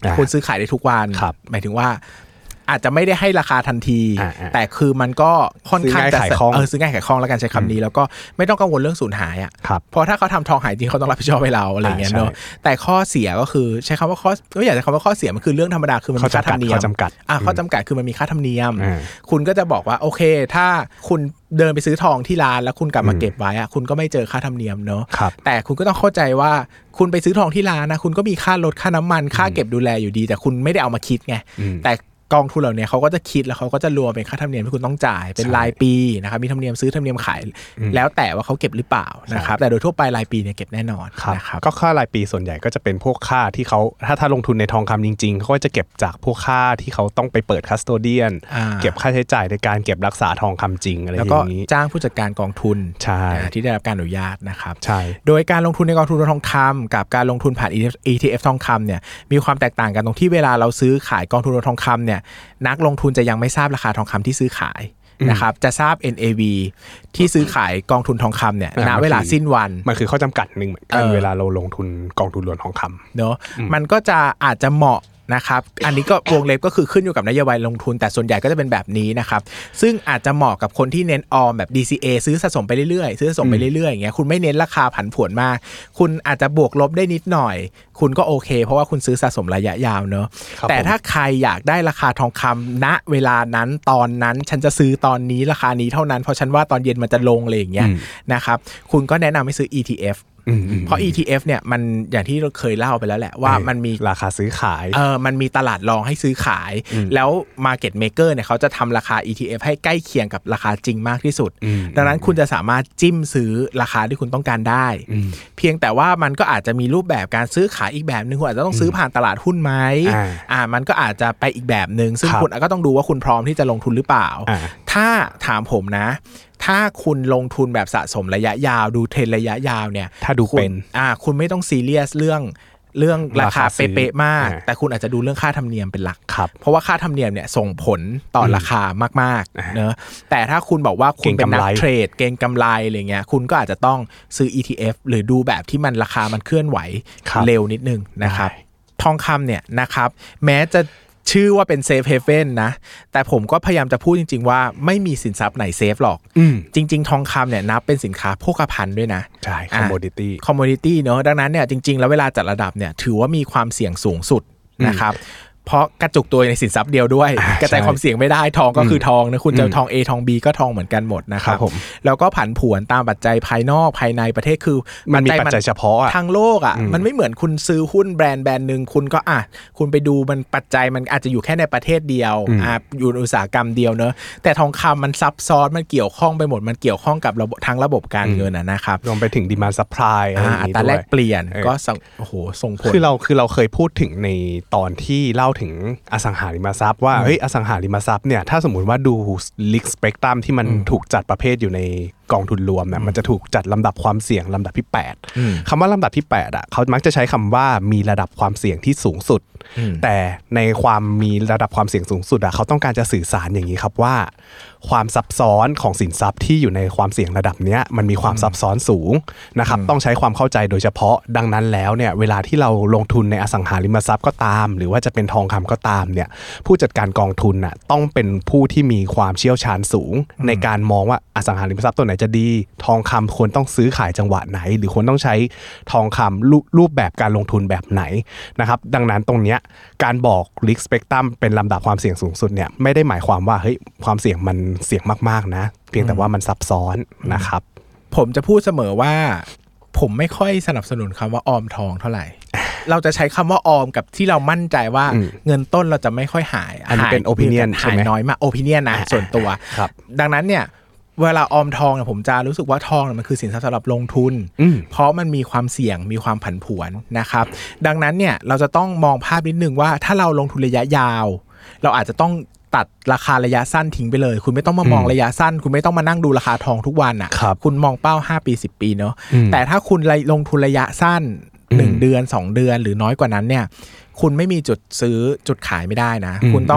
Speaker 3: คุณซื้อขายได้ทุกวันหมายถึงว่าอาจจะไม่ได้ให้ราคาทันทีแต่คือมันก็ค่อนข้างจะซื้อง่ายขายคล่องแล้วกันใช้คำนี้แล้วก็ไม่ต้องกังวลเรื่องสูญหายเพราะถ้าเขาทำทองหายจริงเขาต้องรับผิดชอบให้เราอะไรเงี้ยเนาะแต่ข้อเสียก็คือใช้คำว่าข้อก็อยากจะคำว่าข้อเสียมันคือเรื่องธรรมดาคือมันมีค่าธรรมเนียมข้อจำกัดคือมันมีค่าธรรมเนียมคุณก็จะบอกว่าโอเคถ้าคุณเดินไปซื้อทองที่ร้านแล้วคุณกลับมาเก็บไว้คุณก็ไม่เจอค่าธรรมเนียมเนาะแต่คุณก็ต้องเข้าใจว่าคุณไปซื้อทองที่ร้านนะคุณก็มีค่ารถค่าน้ำมันค่าเก็บดูแลอยู่ดีแต่คุณไม่ได้เอามาคิดไงแต่กองทุนเหล่านี้เขาก็จะคิดแล้วเขาก็จะรวมเป็นค่าธรรมเนียมที่คุณต้องจ่ายเป็นรายปีนะครับมีธรรมเนียมซื้อธรรมเนียมขายแล้วแต่ว่าเขาเก็บหรือเปล่านะครับแต่โดยทั่วไปรายปีเนี่ยเก็บแน่นอนนะครับ
Speaker 2: ก็ค่ารายปีส่วนใหญ่ก็จะเป็นพวกค่าที่เขาถ้าลงทุนในทองคำจริงๆเขาก็จะเก็บจากพวกค่าที่เขาต้องไปเปิดคัสโตเดียนเก็บค่าใช้จ่ายในการเก็บรักษาทองคำจริงอะไรอย่างนี้
Speaker 3: แล้วก็จ้างผู้จัดการกองทุนที่ได้รับการอนุญาตนะครับโดยการลงทุนในกองทุนทองคำกับการลงทุนผ่าน ETF ทองคำเนี่ยมีความแตกต่างกันตรงที่เวลาเราซื้อขายกองทุนทองคำเนี่ยนักลงทุนจะยังไม่ทราบราคาทองคำที่ซื้อขายนะครับจะทราบ NAV ที่ซื้อขายกองทุนทองคำเนี่ยณเวลาสิ้นวัน
Speaker 2: มันคือข้อจำกัดหนึ่งเหมือนกันเวลาเราลงทุนกองทุนรวมทองคำ
Speaker 3: เนาะมันก็จะอาจจะเหมาะนะครับอันนี้ก็วงเล็บก็คือขึ้นอยู่กับนโยบายลงทุนแต่ส่วนใหญ่ก็จะเป็นแบบนี้นะครับซึ่งอาจจะเหมาะกับคนที่เน้นออมแบบ DCA ซื้อสะสมไปเรื่อยๆซื้อสะสมไปเรื่อยๆอย่างเงี้ยคุณไม่เน้นราคาผันผวนมากคุณอาจจะบวกลบได้นิดหน่อยคุณก็โอเคเพราะว่าคุณซื้อสะสมระยะยาวเนอะแต่ถ้าใครอยากได้ราคาทองคำณเวลานั้นตอนนั้นฉันจะซื้อตอนนี้ราคานี้เท่านั้นเพราะฉันว่าตอนเย็นมันจะลงอะไรอย่างเงี้ยนะครับคุณก็แนะนำให้ซื้อ ETFเพราะ ETF เนี่ยมันอย่างที่เราเคยเล่าไปแล้วแหละว่ามันมี
Speaker 2: ราคาซื้อขาย
Speaker 3: มันมีตลาดรองให้ซื้อขายแล้ว Market Maker เนี่ยเขาจะทำราคา ETF ให้ใกล้เคียงกับราคาจริงมากที่สุดดังนั้นคุณจะสามารถจิ้มซื้อราคาที่คุณต้องการได้เพียงแต่ว่ามันก็อาจจะมีรูปแบบการซื้อขายอีกแบบนึงคุณอาจจะต้องซื้อผ่านตลาดหุ้นไหมมันก็อาจจะไปอีกแบบนึงซึ่งคุณก็ต้องดูว่าคุณพร้อมที่จะลงทุนหรือเปล่าถ้าถามผมนะถ้าคุณลงทุนแบบสะสมระยะยาวดูเทรนระยะยาวเนี่ย
Speaker 2: ถ้าดูเป็น
Speaker 3: คุณไม่ต้องซีเรียสเรื่องราคาเป๊ะๆมากแต่คุณอาจจะดูเรื่องค่าธรรมเนียมเป็นหลักเพราะว่าค่าธรรมเนียมเนี่ยส่งผลต่อราคามากๆเนอะแต่ถ้าคุณบอกว่าคุณเป็นนักเทรดเก็งกำไรอะไรเงี้ยคุณก็อาจจะต้องซื้อ ETF หรือดูแบบที่มันราคามันเคลื่อนไหวเร็วนิดนึงนะครับทองคำเนี่ยนะครับแม้จะชื่อว่าเป็นเซฟเฮเว่นนะแต่ผมก็พยายามจะพูดจริงๆว่าไม่มีสินทรัพย์ไหนเซฟหรอกจริงๆทองคำเนี่ยนับเป็นสินค้าโภคภัณฑ์ด้วยนะ
Speaker 2: ใช่คอมโม
Speaker 3: ดิตี้เนอะดังนั้นเนี่ยจริงๆแล้วเวลาจัดระดับเนี่ยถือว่ามีความเสี่ยงสูงสุดนะครับเพราะกระจุกตัวในสินทรัพย์เดียวด้วยกระจายความเสี่ยงไม่ได้ทองก็คือทองนะคุณจะทอง A ทอง B ก็ทองเหมือนกันหมดนะครับแล้วก็ผันผวนตามปัจจัยภายนอกภายในประเทศคือ
Speaker 2: มันมีปัจจัยเฉพาะ
Speaker 3: ทางโลกมันไม่เหมือนคุณซื้อหุ้นแบรนด์นึงคุณก็คุณไปดูมันปัจจัยมันอาจจะอยู่แค่ในประเทศเดียวอยู่อุตสาหกรรมเดียวเนอะแต่ทองคำมันซับซ้อนมันเกี่ยวข้องไปหมดมันเกี่ยวข้องกับทั้งระบบการเงินนะครับ
Speaker 2: รวมไปถึง demand supply
Speaker 3: อัตราแลกเปลี่ยนก็ส่งผล
Speaker 2: คือเราเคยพูดถึงในตอนที่เล่าถึงอสังหาริมทรัพย์ว่าอสังหาริมทรัพย์เนี่ยถ้าสมมุติว่าดู risk spectrum ที่มันถูกจัดประเภทอยู่ในกองทุนรวมเนี่ยมันจะถูกจัดลำดับความเสี่ยงลำดับที่8คำว่าลำดับที่8เขามักจะใช้คำว่ามีระดับความเสี่ยงที่สูงสุดแต่ในความมีระดับความเสี่ยงสูงสุดเขาต้องการจะสื่อสารอย่างนี้ครับว่าความซับซ้อนของสินทรัพย์ที่อยู่ในความเสี่ยงระดับนี้มันมีความซับซ้อนสูงนะครับต้องใช้ความเข้าใจโดยเฉพาะดังนั้นแล้วเนี่ยเวลาที่เราลงทุนในอสังหาริมทรัพย์ก็ตามหรือว่าจะเป็นทองคำก็ตามเนี่ยผู้จัดการกองทุนต้องเป็นผู้ที่มีความเชี่ยวชาญสูงในการมองว่าอสังหาริมทรัพย์ตัวไหนจะดีทองคำควรต้องซื้อขายจังหวะไหนหรือควรต้องใช้ทองคำรูปแบบการลงทุนแบบไหนนะครับดังนั้นตรงเนี้ยการบอก risk spectrum เป็นลำดับความเสี่ยงสูงสุดเนี่ยไม่ได้หมายความว่าเฮ้ยความเสี่ยงมันเสี่ยงมากๆนะเพียงแต่ว่ามันซับซ้อนนะครับ
Speaker 3: ผมจะพูดเสมอว่าผมไม่ค่อยสนับสนุนคำว่าออมทองเท่าไหร่เราจะใช้คำว่าออมกับที่เรามั่นใจว่าเงินต้นเราจะไม่ค่อยหาย
Speaker 2: อันนี้เป็น opinion ใช่ไหม
Speaker 3: หายน้อยมาก opinion นะส่วนตัวดังนั้นเนี่ยเวลาออมทองเนี่ยผมจะรู้สึกว่าทองมันคือสินทรัพย์สำหรับลงทุนเพราะมันมีความเสี่ยงมีความผันผวนนะครับดังนั้นเนี่ยเราจะต้องมองภาพนิดนึงว่าถ้าเราลงทุนระยะยาวเราอาจจะต้องตัดราคาระยะสั้นทิ้งไปเลยคุณไม่ต้องมามองระยะสั้นคุณไม่ต้องมานั่งดูราคาทองทุกวันคุณมองเป้า5ปี10ปีเนาะแต่ถ้าคุณลงทุนระยะสั้น1เดือน2เดือนหรือน้อยกว่านั้นเนี่ยคุณไม่มีจุดซื้อจุดขายไม่ได้นะคุณต้อง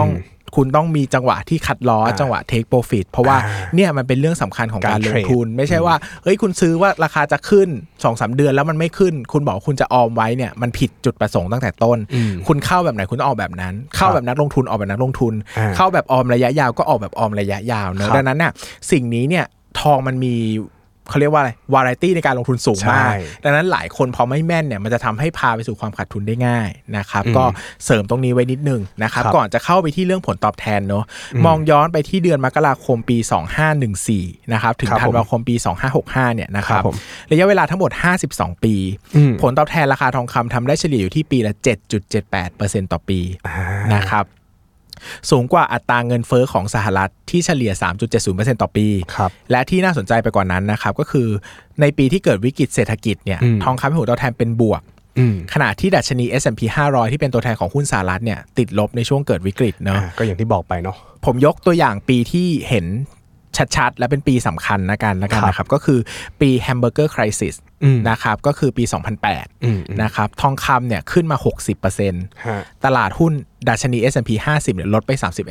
Speaker 3: คุณต้องมีจังหวะที่คัดล้อจังหวะ take profit เพราะว่าเนี่ยมันเป็นเรื่องสำคัญของการลงทุนไม่ใช่ว่าเฮ้ยคุณซื้อว่าราคาจะขึ้น 2-3 เดือนแล้วมันไม่ขึ้นคุณบอกคุณจะออมไว้เนี่ยมันผิดจุดประสงค์ตั้งแต่ต้นคุณเข้าแบบไหนคุณออกแบบนั้นเข้าแบบนักลงทุนออกแบบนักลงทุนเข้าแบบออมระยะยาวก็ออกแบบออมระยะยาวเนอะดังนั้นเนี่ยสิ่งนี้เนี่ยทองมันมีเขาเรียกว่าอะไรวาไรตี้ในการลงทุนสูงมากดังนั้นหลายคนพอไม่แม่นเนี่ยมันจะทำให้พาไปสู่ความขาดทุนได้ง่ายนะครับก็เสริมตรงนี้ไว้นิดนึงนะครับก่อนจะเข้าไปที่เรื่องผลตอบแทนเนาะมองย้อนไปที่เดือนมกราคมปี2514นะครับถึงธันวาคมปี2565เนี่ยนะครับระยะเวลาทั้งหมด52ปีผลตอบแทนราคาทองคำทำได้เฉลี่ยอยู่ที่ปีละ 7.78% ต่อปีนะครับสูงกว่าอัตราเงินเฟ้อของสหรัฐที่เฉลี่ย 3.70% ต่อปีและที่น่าสนใจไปกว่านั้นนะครับก็คือในปีที่เกิดวิกฤตเศรษฐกิจเนี่ยทองคำให้ผลตอบแทนเป็นบวกขณะที่ดัชนี S&P 500ที่เป็นตัวแทนของหุ้นสหรัฐเนี่ยติดลบในช่วงเกิดวิกฤตเนาะ
Speaker 2: ก็อย่างที่บอกไปเนาะ
Speaker 3: ผมยกตัวอย่างปีที่เห็นชัดๆและเป็นปีสำคัญแล้วกันนะครับก็คือปี Hamburger Crisis นะครับก็คือปี2008นะครับทองคำเนี่ยขึ้นมา 60% ตลาดหุ้นดัชนี S&P 50เนี่ยลดไป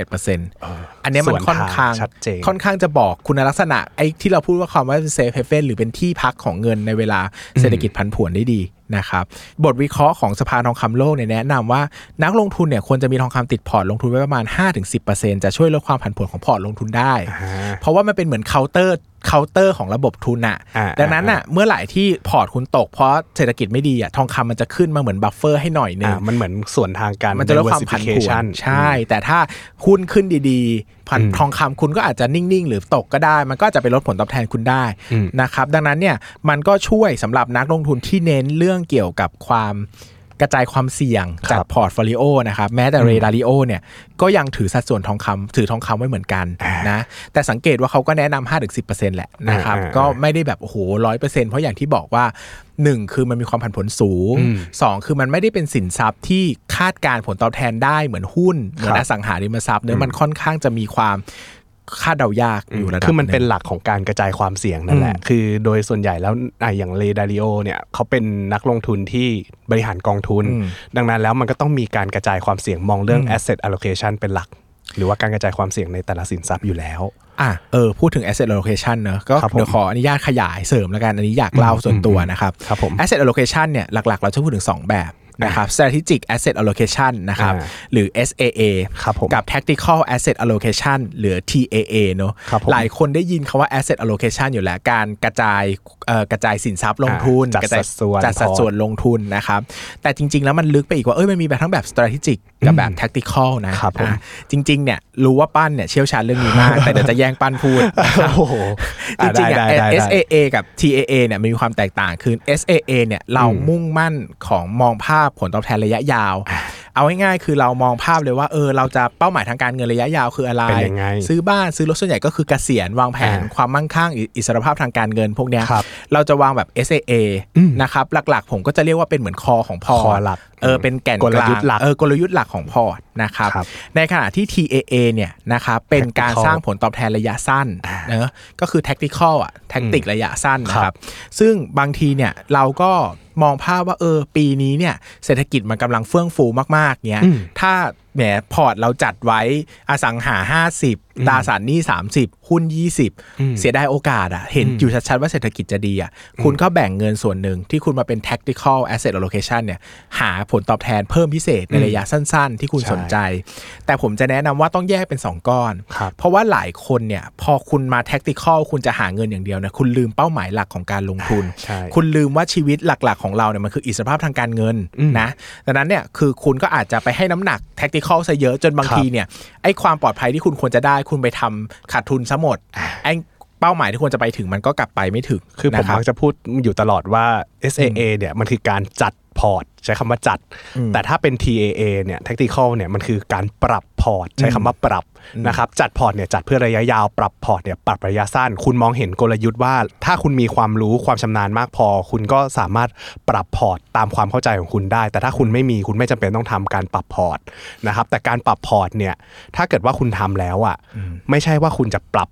Speaker 3: 31% อันนี้มันค่อนข้างจะบอกคุณลักษณะไอ้ที่เราพูดว่าคำว่า safe haven หรือเป็นที่พักของเงินในเวลาเศรษฐกิจผันผวนได้ดีนะครับบทวิเคราะห์ของสภาทองคำโลกเนี่ยแนะนำว่านักลงทุนเนี่ยควรจะมีทองคำติดพอร์ตลงทุนไว้ประมาณ 5-10% จะช่วยลดความผันผวนของพอร์ตลงทุนได้เพราะว่ามันเป็นเหมือนเคาน์เตอร์ของระบบทุนน่ะดังนั้นน่ะเมื่อไหร่ที่พอร์ตคุณตกเพราะเศรษฐกิจไม่ดีอ่ะทองคำมันจะขึ้นมาเหมือนบัฟเฟอร์ให้หน่อยนึง
Speaker 2: มันเหมือนส่วนทางการ
Speaker 3: มันจะลดความผันผวนใช่แต่ถ้าหุ้นขึ้นดีๆทองคำคุณก็อาจจะนิ่งๆหรือตกก็ได้มันก็จะไปลดผลตอบแทนคุณได้นะครับดังนั้นเนี่ยมันก็ช่วยสำหรับนักลงทุนที่เน้นเรื่องเกี่ยวกับความกระจายความเสี่ยงจากพอร์ตโฟลิโอนะครับแม้แต่เรดาริโอเนี่ยก็ยังถือสัดส่วนทองคำถือทองคำไว้เหมือนกันนะแต่สังเกตว่าเขาก็แนะนำ 5-10% แหละนะครับก็ไม่ได้แบบโอ้โห 100% เพราะอย่างที่บอกว่า1คือมันมีความผันผวนสูง2คือมันไม่ได้เป็นสินทรัพย์ที่คาดการผลตอบแทนได้เหมือนหุ้นเหมือนอสังหาริมทรัพย์เนื้อมันค่อนข้างจะมีความคาดเดายากอยู่ระดับ
Speaker 2: คือมันเป็นหลักของการกระจายความเสี่ยงนั่นแหละคือโดยส่วนใหญ่แล้วอย่างเรดาริโอเนี่ยเขาเป็นนักลงทุนที่บริหารกองทุนดังนั้นแล้วมันก็ต้องมีการกระจายความเสี่ยงมองเรื่อง asset allocation เป็นหลักหรือว่าการกระจายความเสี่ยงในแต่ละสินทรัพย์อยู่แล้ว
Speaker 3: พูดถึง asset allocation เนอะก็เดี๋ยวขออนุญาตขยายเสริมแล้วกันอันนี้อยากเล่าส่วนตัวนะครับ asset allocation เนี่ยหลักๆเราจะพูดถึง2แบบนะครับ strategic asset allocation นะครับหรือ SAA กับ tactical asset allocation หรือ TAA เนอะหลายคนได้ยินคำว่า asset allocation อยู่แล้วการกระจายสินทรัพย์ลงทุนจัดสัดส่วนลงทุนนะครับแต่จริงๆแล้วมันลึกไปอีกว่ามันมีแบบทั้งแบบ strategic กับแบบ tactical นะจริงๆเนี่ยรู้ว่าปั้นเนี่ยเชี่ยวชาญเรื่องนี้มากแต่เดี๋ยวจะแย่งปั้นพูดจริงๆSAA กับ TAA เนี่ยมีความแตกต่างคือ SAA เนี่ยเรามุ่งมั่นของมองภาพผลตอบแทนระยะยาวเอาง่ายๆคือเรามองภาพเลยว่าเราจะเป้าหมายทางการเงินระยะยาวคืออะไรซื้อบ้านซื้อรถส่วนใหญ่ก็คือเกษียณวางแผนความมั่งคั่งอิสรภาพทางการเงินพวกเนี้ยเราจะวางแบบ SAA นะครับหลักๆผมก็จะเรียกว่าเป็นเหมือนคอของพอร์ตเป็นแก่นกลางกลยุทธ์หลักของพอร์ตนะครับในขณะที่ TAA เนี่ยนะครับเป็นการสร้างผลตอบแทนระยะสั้นนะก็คือ tactical แทคติกระยะสั้นนะครับซึ่งบางทีเนี่ยเราก็มองภาพว่าปีนี้เนี่ยเศรษฐกิจมันกำลังเฟื่องฟูมากๆเนี้ยถ้าแหมพอร์ตเราจัดไว้อสังหา50ตราสารหนี้30หุ้น20เสียดายโอกาสเห็นอยู่ชัดๆว่าเศรษฐกิจจะดีคุณก็แบ่งเงินส่วนหนึ่งที่คุณมาเป็น tactical asset allocation เนี่ยหาผลตอบแทนเพิ่มพิเศษในระยะสั้นๆที่คุณสนใจแต่ผมจะแนะนำว่าต้องแยกเป็น2ก้อนเพราะว่าหลายคนเนี่ยพอคุณมา tactical คุณจะหาเงินอย่างเดียวนะคุณลืมเป้าหมายหลักของการลงทุนคุณลืมว่าชีวิตหลักๆของเราเนี่ยมันคืออิสรภาพทางการเงินนะดังนั้นเนี่ยคือคุณก็อาจจะไปให้น้ำหนัก tactical ซะเยอะจนบางทีเนี่ยไอ้ความปลอดภัยที่คุณควรจะได้คุณไปทำขาดทุนซะหมดไอ้เป้าหมายที่ควรจะไปถึงมันก็กลับไปไม่ถึง
Speaker 2: คือผมมักจะพูดอยู่ตลอดว่า SAA เนี่ยมันคือการจัดพอร์ตใช้คำว่าจัดแต่ถ้าเป็น TAA เนี่ย tactical เนี่ยมันคือการปรับพอร์ตใช้คำว่าปรับนะครับจัดพอร์ตเนี่ยจัดเพื่อระยะยาวปรับพอร์ตเนี่ยปรับระยะสั้นคุณมองเห็นกลยุทธ์ว่าถ้าคุณมีความรู้ความชำนาญมากพอคุณก็สามารถปรับพอร์ตตามความเข้าใจของคุณได้แต่ถ้าคุณไม่มีคุณไม่จำเป็นต้องทำการปรับพอร์ตนะครับแต่การปรับพอร์ตเนี่ยถ้าเกิดว่าคุณทำแล้วไม่ใช่ว่าคุณจะปรับ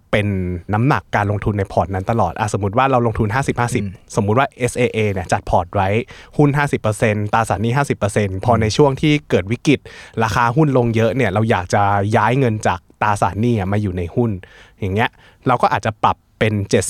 Speaker 2: เป็นน้ำหนักการลงทุนในพอร์ตนั้นตลอดสมมุติว่าเราลงทุน 50-50 สมมุติว่า SAA เนี่ยจัดพอร์ตไว้หุ้น 50% ตราสารหนี้ 50% พอในช่วงที่เกิดวิกฤตราคาหุ้นลงเยอะเนี่ยเราอยากจะย้ายเงินจากตราสารหนี้มาอยู่ในหุ้นอย่างเงี้ยเราก็อาจจะปรับเป็น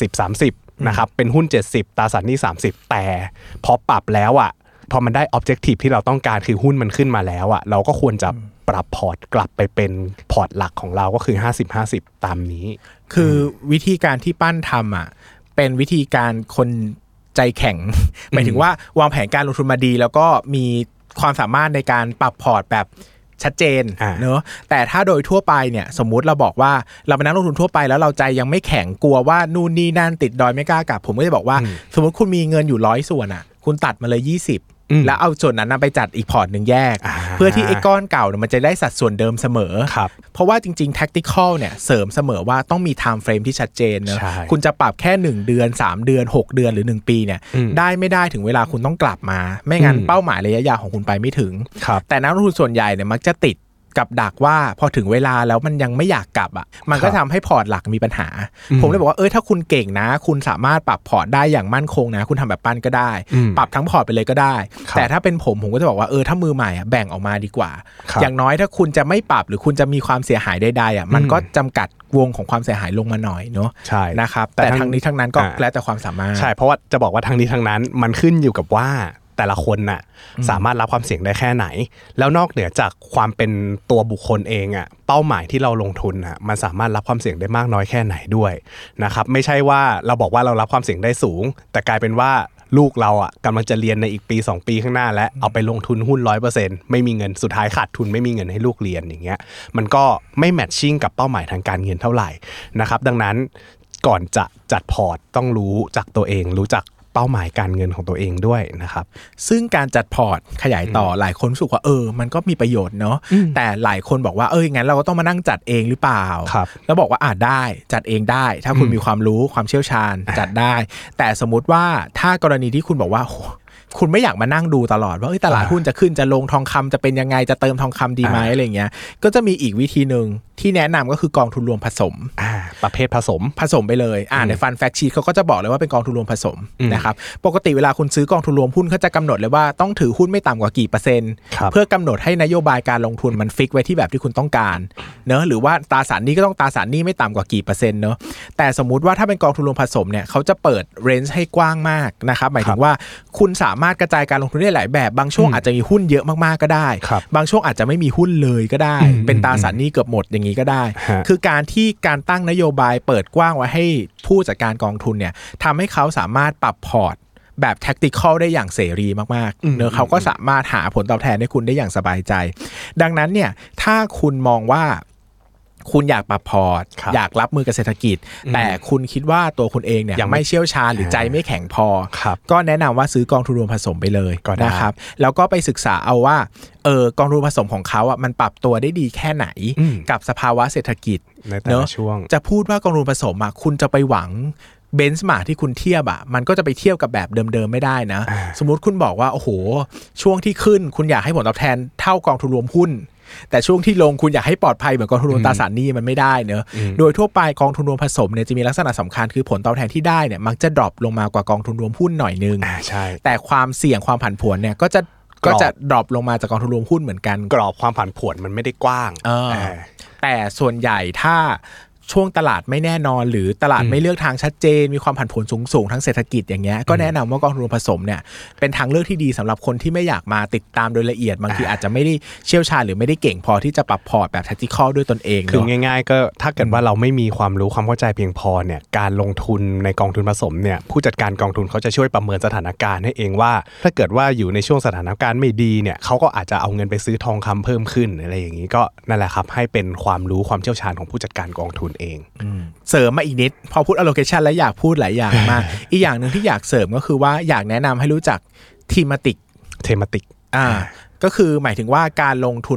Speaker 2: 70-30 นะครับเป็นหุ้น 70 ตราสารหนี้ 30 แต่พอปรับแล้วพอมันได้ objective ที่เราต้องการคือหุ้นมันขึ้นมาแล้วเราก็ควรจะปรับพอร์ตกลับไปเป็นพอร์ตหลักของเราก็คือ 50-50 ตามนี้
Speaker 3: คือวิธีการที่ปั้นทำเป็นวิธีการคนใจแข็งหมายถึงว่าวางแผนการลงทุนมาดีแล้วก็มีความสามารถในการปรับพอร์ตแบบชัดเจนเนอะแต่ถ้าโดยทั่วไปเนี่ยสมมุติเราบอกว่าเราเป็นนักลงทุนทั่วไปแล้วเราใจยังไม่แข็งกลัวว่านู่นนี่นั่นติดดอยไม่กล้ากลับผมก็จะบอกว่าสมมติคุณมีเงินอยู่100ส่วนคุณตัดมาเลย20แล้วเอาส่วนนั้นไปจัดอีกพอร์ตหนึ่งแยกเพื่อที่ไอ้ก้อนเก่าเนี่ยมันจะได้สัดส่วนเดิมเสมอเพราะว่าจริงๆ tactical เนี่ยเสริมเสมอว่าต้องมี time frame ที่ชัดเจนเนอะคุณจะปรับแค่1เดือน3เดือน6เดือนหรือ1ปีเนี่ยได้ไม่ได้ถึงเวลาคุณต้องกลับมาไม่งั้นเป้าหมายระยะยาวของคุณไปไม่ถึงแต่นักลงทุนส่วนใหญ่เนี่ยมักจะติดกับดักว่าพอถึงเวลาแล้วมันยังไม่อยากกลับมันก็ทำให้พอร์ตหลักมีปัญหาผมเลยบอกว่าถ้าคุณเก่งนะคุณสามารถปรับพอร์ตได้อย่างมั่นคงนะคุณทำแบบปั้นก็ได้ปรับทั้งพอร์ตไปเลยก็ได้แต่ถ้าเป็นผมก็จะบอกว่าถ้ามือใหม่แบ่งออกมาดีกว่าอย่างน้อยถ้าคุณจะไม่ปรับหรือคุณจะมีความเสียหายใดๆมันก็จำกัดวงของความเสียหายลงมาหน่อยเนาะ
Speaker 2: ใช่
Speaker 3: นะครับแต่ทั้งนี้ทั้งนั้นก็แล้วแต่ความสามารถ
Speaker 2: ใช่เพราะว่าจะบอกว่าทั้งนี้ทั้งนั้นมันขึ้นอยู่กับว่าแต่ละคนสามารถรับความเสี่ยงได้แค่ไหนแล้วนอกเหนือจากความเป็นตัวบุคคลเองเป้าหมายที่เราลงทุนมันสามารถรับความเสี่ยงได้มากน้อยแค่ไหนด้วยนะครับไม่ใช่ว่าเราบอกว่าเรารับความเสี่ยงได้สูงแต่กลายเป็นว่าลูกเรากำลังจะเรียนในอีกปี2ปีข้างหน้าและเอาไปลงทุนหุ้น 100% ไม่มีเงินสุดท้ายขาดทุนไม่มีเงินให้ลูกเรียนอย่างเงี้ยมันก็ไม่แมทชิ่งกับเป้าหมายทางการเงินเท่าไหร่นะครับดังนั้นก่อนจะจัดพอร์ตต้องรู้จักตัวเองรู้จักเป้าหมายการเงินของตัวเองด้วยนะครับ
Speaker 3: ซึ่งการจัดพอร์ตขยายต่อหลายคนรู้สึกว่ามันก็มีประโยชน์เนาะแต่หลายคนบอกว่างั้นเราก็ต้องมานั่งจัดเองหรือเปล่าแล้วบอกว่าได้จัดเองได้ถ้าคุณมีความรู้ความเชี่ยวชาญจัดได้แต่สมมุติว่าถ้ากรณีที่คุณบอกว่าคุณไม่อยากมานั่งดูตลอดว่าตลาดหุ้นจะขึ้นจะลงทองคำจะเป็นยังไงจะเติมทองคำดีไหมอะไรเงี้ยก็จะมีอีกวิธีนึงที่แนะนำก็คือกองทุนรวมผสม
Speaker 2: ประเภทผส
Speaker 3: มไปเลยในฟันแฟกชีทเขาก็จะบอกเลยว่าเป็นกองทุนรวมผสมนะครับปกติเวลาคุณซื้อกองทุนรวมหุ้นเขาจะกำหนดเลยว่าต้องถือหุ้นไม่ต่ำกว่ากี่เปอร์เซ็นต์เพื่อกำหนดให้นโยบายการลงทุนมันฟิกไว้ที่แบบที่คุณต้องการเนอะหรือว่าตราสารหนี้ก็ต้องตราสารหนี้ไม่ต่ำกว่ากี่เปอร์เซ็นต์เนอะแต่สมมุติว่าถ้าเป็นกองทุนรวมผสมเนี่ยเขาจะเปิดเรนจ์ให้กว้างมากนะครับหมายถึงว่าคุณสามารถกระจายการลงทุนได้หลายแบบบางช่วงอาจจะมีหุ้นเยอะมากๆก็ได้บางช่วงอาจจะไม่มีหุ้นเลยก็ได้เป็นตราสารหนี้เกือบหมดอย่างนี้ก็ได้คือการตั้งนโยบายเปิดกว้างไว้ให้ผู้จัดการกองทุนเนี่ยทำให้เขาสามารถปรับพอร์ตแบบ tactical ได้อย่างเสรีมากๆเนอะเขาก็สามารถหาผลตอบแทนให้คุณได้อย่างสบายใจดังนั้นเนี่ยถ้าคุณมองว่าคุณอยากปรับพอร์ตอยากรับมือกับเศรษฐกิจแต่คุณคิดว่าตัวคุณเองเนี่ยยังไม่เชี่ยวชาญหรือใจไม่แข็งพอก็แนะนำว่าซื้อกองทุนรวมผสมไปเลยนะครับแล้วก็ไปศึกษาเอาว่ากองทุนผสมของเขามันปรับตัวได้ดีแค่ไหนกับสภาวะเศรษฐกิจ
Speaker 2: เนอะ
Speaker 3: จะพูดว่ากองทุนผสมคุณจะไปหวังเบนช์มาร์กที่คุณเทียบมันก็จะไปเทียบกับแบบเดิมๆไม่ได้นะสมมุติคุณบอกว่าโอ้โหช่วงที่ขึ้นคุณอยากให้ผลตอบแทนเท่ากองทุนรวมหุ้นแต่ช่วงที่ลงคุณอยากให้ปลอดภัยเหมือนกองทุนรวมตราสารหนี้มันไม่ได้เนอะโดยทั่วไปกองทุนรวมผสมเนี่ยจะมีลักษณะสำคัญคือผลตอบแทนที่ได้เนี่ยมักจะดรอปลงมากว่ากองทุนรวมหุ้นหน่อยนึง
Speaker 2: ใช่
Speaker 3: แต่ความเสี่ยงความผันผวนเนี่ยก็จะดรอปลงมาจากกองทุนรวมหุ้นเหมือนกัน
Speaker 2: กรอบความผันผวนมันไม่ได้กว้าง
Speaker 3: แต่ส่วนใหญ่ถ้าช่วงตลาดไม่แน่นอนหรือตลาดไม่เลือกทางชัดเจนมีความผันผวนสูงทั้งเศรษฐกิจอย่างเงี้ยก็แนะนำว่ากองทุนรวมผสมเนี่ยเป็นทางเลือกที่ดีสำหรับคนที่ไม่อยากมาติดตามโดยละเอียดบางทีอาจจะไม่ได้เชี่ยวชาญหรือไม่ได้เก่งพอที่จะปรับพอร์ตแบบ tactical ด้วยตนเอง
Speaker 2: คือง่ายๆก็ถ้าเกิดว่าเราไม่มีความรู้ความเข้าใจเพียงพอเนี่ยการลงทุนในกองทุนผสมเนี่ยผู้จัดการกองทุนเขาจะช่วยประเมินสถานการณ์ให้เองว่าถ้าเกิดว่าอยู่ในช่วงสถานการณ์ไม่ดีเนี่ยเขาก็อาจจะเอาเงินไปซื้อทองคำเพิ่มขึ้นอะไรอย่างนี้ก็นั่นแหละครับให้เป็นความรู้ความเชี่ยวชาญของผู้จัดการกองทุนเอง
Speaker 3: เสริมมาอีกนิดพอพูด allocation แล้วอยากพูดหลายอย่างมาก อีกอย่างนึงที่อยากเสริมก็คือว่าอยากแนะนำให้รู้จัก thematic
Speaker 2: ก็
Speaker 3: คือหมายถึงว่าการลงทุน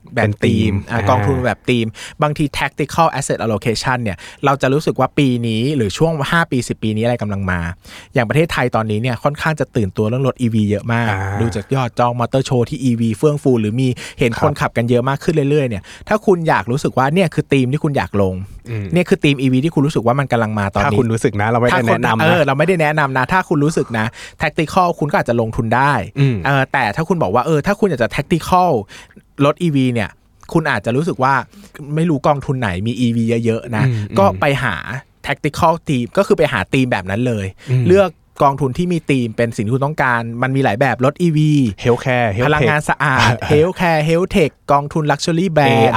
Speaker 3: แบบธีมกองทุนแบบธีมบางที tactical asset allocation เนี่ยเราจะรู้สึกว่าปีนี้หรือช่วง5ปี10ปีนี้อะไรกำลังมาอย่างประเทศไทยตอนนี้เนี่ยค่อนข้างจะตื่นตัวเรื่องรถ EV เยอะมากดูจากยอดจองมอเตอร์โชว์ที่ EV เฟื่องฟูหรือมีเห็นคนขับกันเยอะมากขึ้นเรื่อยๆเนี่ยถ้าคุณอยากรู้สึกว่าเนี่ยคือธีมที่คุณอยากลงเนี่ยคือธีม EV ที่คุณรู้สึกว่ามันกำลังมาตอนนี้
Speaker 2: ถ้าคุณรู้สึกนะเราไม่ได้แนะนำนะ
Speaker 3: เราไม่ได้แนะนำนะถ้าคุณรู้สึกนะ tactical คุณก็อาจจะลงทุนได้แต่ถ้าคุณบอกว่าถ้าคุณอยากจะ tactical รถ EV เนี่ยคุณอาจจะรู้สึกว่าไม่รู้กองทุนไหนมี EV เยอะๆนะก็ไปหา tactical team ก็คือไปหาทีมแบบนั้นเลยเลือกกองทุนที่มีธีมเป็นสิ่งที่คุณต้องการมันมีหลายแบบรถ EV
Speaker 2: Healthcare
Speaker 3: พลังงานสะอาด Healthcare Health Tech กองทุน Luxury Brand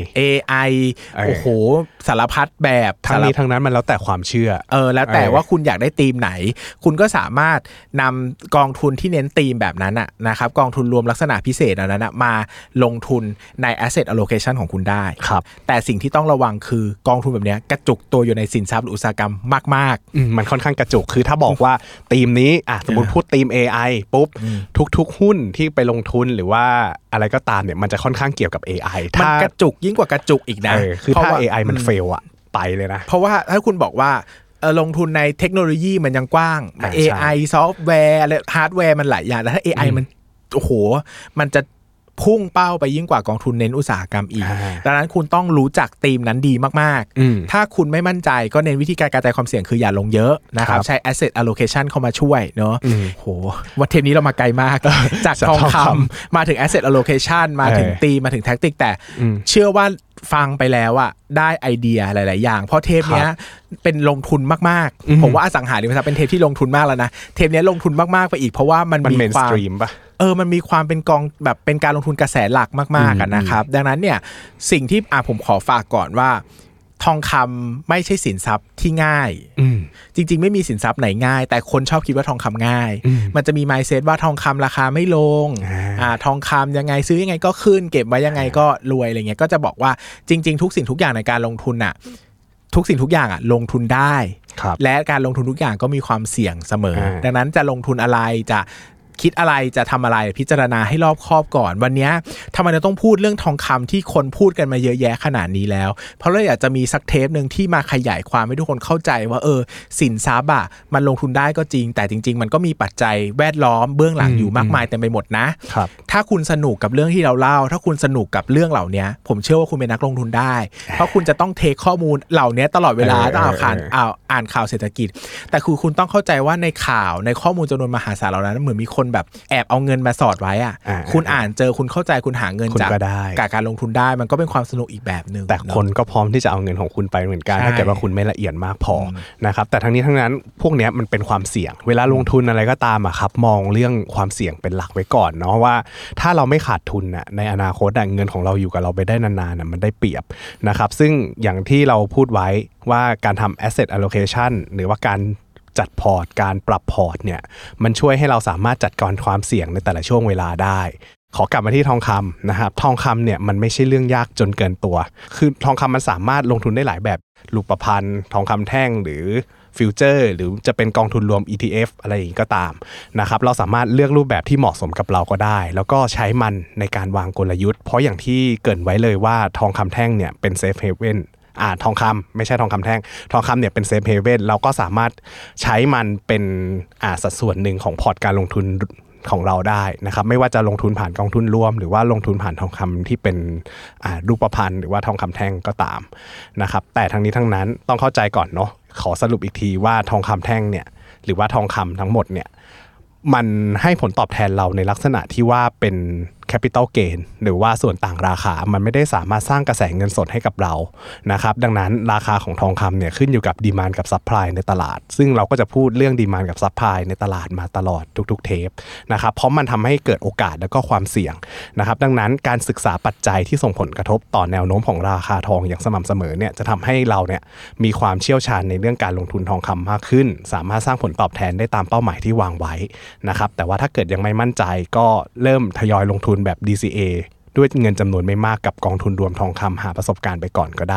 Speaker 3: AI โอ้โหสารพัดแบบ
Speaker 2: ทั้งนี้ทั้งนั้นมันแล้วแต่ความเชื่อ
Speaker 3: แล้วแต่ว่าคุณอยากได้ธีมไหนคุณก็สามารถนำกองทุนที่เน้นธีมแบบนั้นนะครับกองทุนรวมลักษณะพิเศษนั้นมาลงทุนใน asset allocation ของคุณได้แต่สิ่งที่ต้องระวังคือกองทุนแบบนี้กระจุกตัวอยู่ในสินทรัพย์หรืออุตสาหกรรมมาก
Speaker 2: ๆมันค่อนข้างกระจุกคือถ้าบอกว่าธีมนี้สมมุติพูดธีม AI ปุ๊บทุกหุ้นที่ไปลงทุนหรือว่าอะไรก็ตามเนี่ยมันจะค่อนข้างเกี่ยวกับ AI
Speaker 3: มันกระจุกยิ่งกว่ากระจุกอีกนะ
Speaker 2: คือถ้า AI มันเฟลไปเลยนะ
Speaker 3: เพราะว่าถ้าคุณบอกว่าลงทุนในเทคโนโลยีมันยังกว้าง AI ซอฟต์แวร์อะไรฮาร์ดแวร์มันหลายอย่างแต่ถ้า AI มันโอ้โหมันจะพุ่งเป้าไปยิ่งกว่ากองทุนเน้นอุตสาหกรรมอีกดังนั้นคุณต้องรู้จักธีมนั้นดีมากๆถ้าคุณไม่มั่นใจก็เน้นวิธีการกระจายความเสี่ยงคืออย่าลงเยอะนะครับใช้ asset allocation เข้ามาช่วยเนาะโหวันเทปนี้เรามาไกลมากจากทองคำมาถึง asset allocation มาถึงธีมมาถึง tactic แต่เชื่อว่าฟังไปแล้วได้ไอเดียหลายๆอย่างเพราะเทปนี้เป็นลงทุนมากๆผมว่าอสังหาริมทรัพย์เป็นเทปที่ลงทุนมากแล้วนะเทปนี้ลงทุนมากๆไปอีกเพราะว่ามันมีความมันมีความเป็นกองแบบเป็นการลงทุนกระแสหลักมากๆกันนะครับดังนั้นเนี่ยสิ่งที่ผมขอฝากก่อนว่าทองคำไม่ใช่สินทรัพย์ที่ง่ายจริงๆไม่มีสินทรัพย์ไหนง่ายแต่คนชอบคิดว่าทองคำง่ายมันจะมี mindset ว่าทองคำราคาไม่ลงทองคำยังไงซื้อยังไงก็ขึ้นเก็บไว้ยังไงก็รวยอะไรเงี้ยก็จะบอกว่าจริงๆทุกสิ่งทุกอย่างในการลงทุนทุกสิ่งทุกอย่างลงทุนได้และการลงทุนทุกอย่างก็มีความเสี่ยงเสมอดังนั้นจะลงทุนอะไรจะคิดอะไรจะทำอะไรพิจารณาให้รอบคอบก่อนวันนี้ทำไมเราต้องพูดเรื่องทองคำที่คนพูดกันมาเยอะแยะขนาดนี้แล้วเพราะเราอยากจะมีสักเทปนึงที่มาขยายความให้ทุกคนเข้าใจว่าสินทรัพย์มันลงทุนได้ก็จริงแต่จริงๆมันก็มีปัจจัยแวดล้อมเบื้องหลังอยู่มากมายเต็มไปหมดนะถ้าคุณสนุกกับเรื่องที่เราเล่าถ้าคุณสนุกกับเรื่องเหล่านี้ผมเชื่อว่าคุณเป็นนักลงทุนได้เพราะคุณจะต้องเทคข้อมูลเหล่านี้ตลอดเวลาต้องอ่านข่าวเศรษฐกิจแต่คือคุณต้องเข้าใจว่าในข่าวในข้อมูลจำนวนมหาศาลเหล่านั้นเหมือนมีคนแบบแอบเอาเงินมาสอดไว้คุณอ่านเจอคุณเข้าใจคุณหาเงินจากการลงทุนได้มันก็เป็นความสนุกอีกแบบนึง
Speaker 2: แต่คนก็พร้อมที่จะเอาเงินของคุณไปเหมือนกันถ้าเกิดว่าคุณไม่ละเอียดมากพอนะครับแต่ทั้งนี้ทั้งนั้นพวกนี้มันเป็นความเสี่ยงเวลาลงทุนอะไรก็ตามครับมองเรื่องความเสี่ยงเป็นหลักไว้ก่อนเนาะว่าถ้าเราไม่ขาดทุนในอนาคตเงินของเราอยู่กับเราไปได้นานๆมันได้เปรียบนะครับซึ่งอย่างที่เราพูดไว้ว่าการทำ asset allocation หรือว่าการจัดพอร์ตการปรับพอร์ตเนี่ยมันช่วยให้เราสามารถจัดการความเสี่ยงในแต่ละช่วงเวลาได้ขอกลับมาที่ทองคำนะครับทองคำเนี่ยมันไม่ใช่เรื่องยากจนเกินตัวคือทองคำมันสามารถลงทุนได้หลายแบบรูปพรรณทองคำแท่งหรือฟิวเจอร์หรือจะเป็นกองทุนรวม ETF อะไรอย่างนี้ก็ตามนะครับเราสามารถเลือกรูปแบบที่เหมาะสมกับเราก็ได้แล้วก็ใช้มันในการวางกลยุทธ์เพราะอย่างที่เกริ่นไว้เลยว่าทองคำแท่งเนี่ยเป็นเซฟเฮเว่นทองคำไม่ใช่ทองคำแท่งทองคำเนี่ยเป็นเซฟเฮเว่นเราก็สามารถใช้มันเป็นสัดส่วนหนึ่งของพอร์ตการลงทุนของเราได้นะครับไม่ว่าจะลงทุนผ่านกองทุนรวมหรือว่าลงทุนผ่านทองคำที่เป็นรูปพรรณหรือว่าทองคำแท่งก็ตามนะครับแต่ทั้งนี้ทั้งนั้นต้องเข้าใจก่อนเนาะขอสรุปอีกทีว่าทองคำแท่งเนี่ยหรือว่าทองคำทั้งหมดเนี่ยมันให้ผลตอบแทนเราในลักษณะที่ว่าเป็น capital gain หรือว่าส่วนต่างราคามันไม่ได้สามารถสร้างกระแสเงินสดให้กับเรานะครับดังนั้นราคาของทองคำเนี่ยขึ้นอยู่กับดีมานด์กับซัพพลายในตลาดซึ่งเราก็จะพูดเรื่องดีมานด์กับซัพพลายในตลาดมาตลอดทุกๆเทปนะครับเพราะมันทำให้เกิดโอกาสแล้วก็ความเสี่ยงนะครับดังนั้นการศึกษาปัจจัยที่ส่งผลกระทบต่อแนวโน้มของราคาทองอย่างสม่ำเสมอเนี่ยจะทำให้เราเนี่ยมีความเชี่ยวชาญในเรื่องการลงทุนทองคำมากขึ้นสามารถสร้างผลตอบแทนได้ตามเป้าหมายที่วางไว้นะครับแต่ว่าถ้าเกิดยังไม่มั่นใจก็เริ่มทยอยลงทุนแบบ DCA ด้วยเงินจำนวนไม่มากกับกองทุนรวมทองคำหาประสบการณ์ไปก่อนก็ได้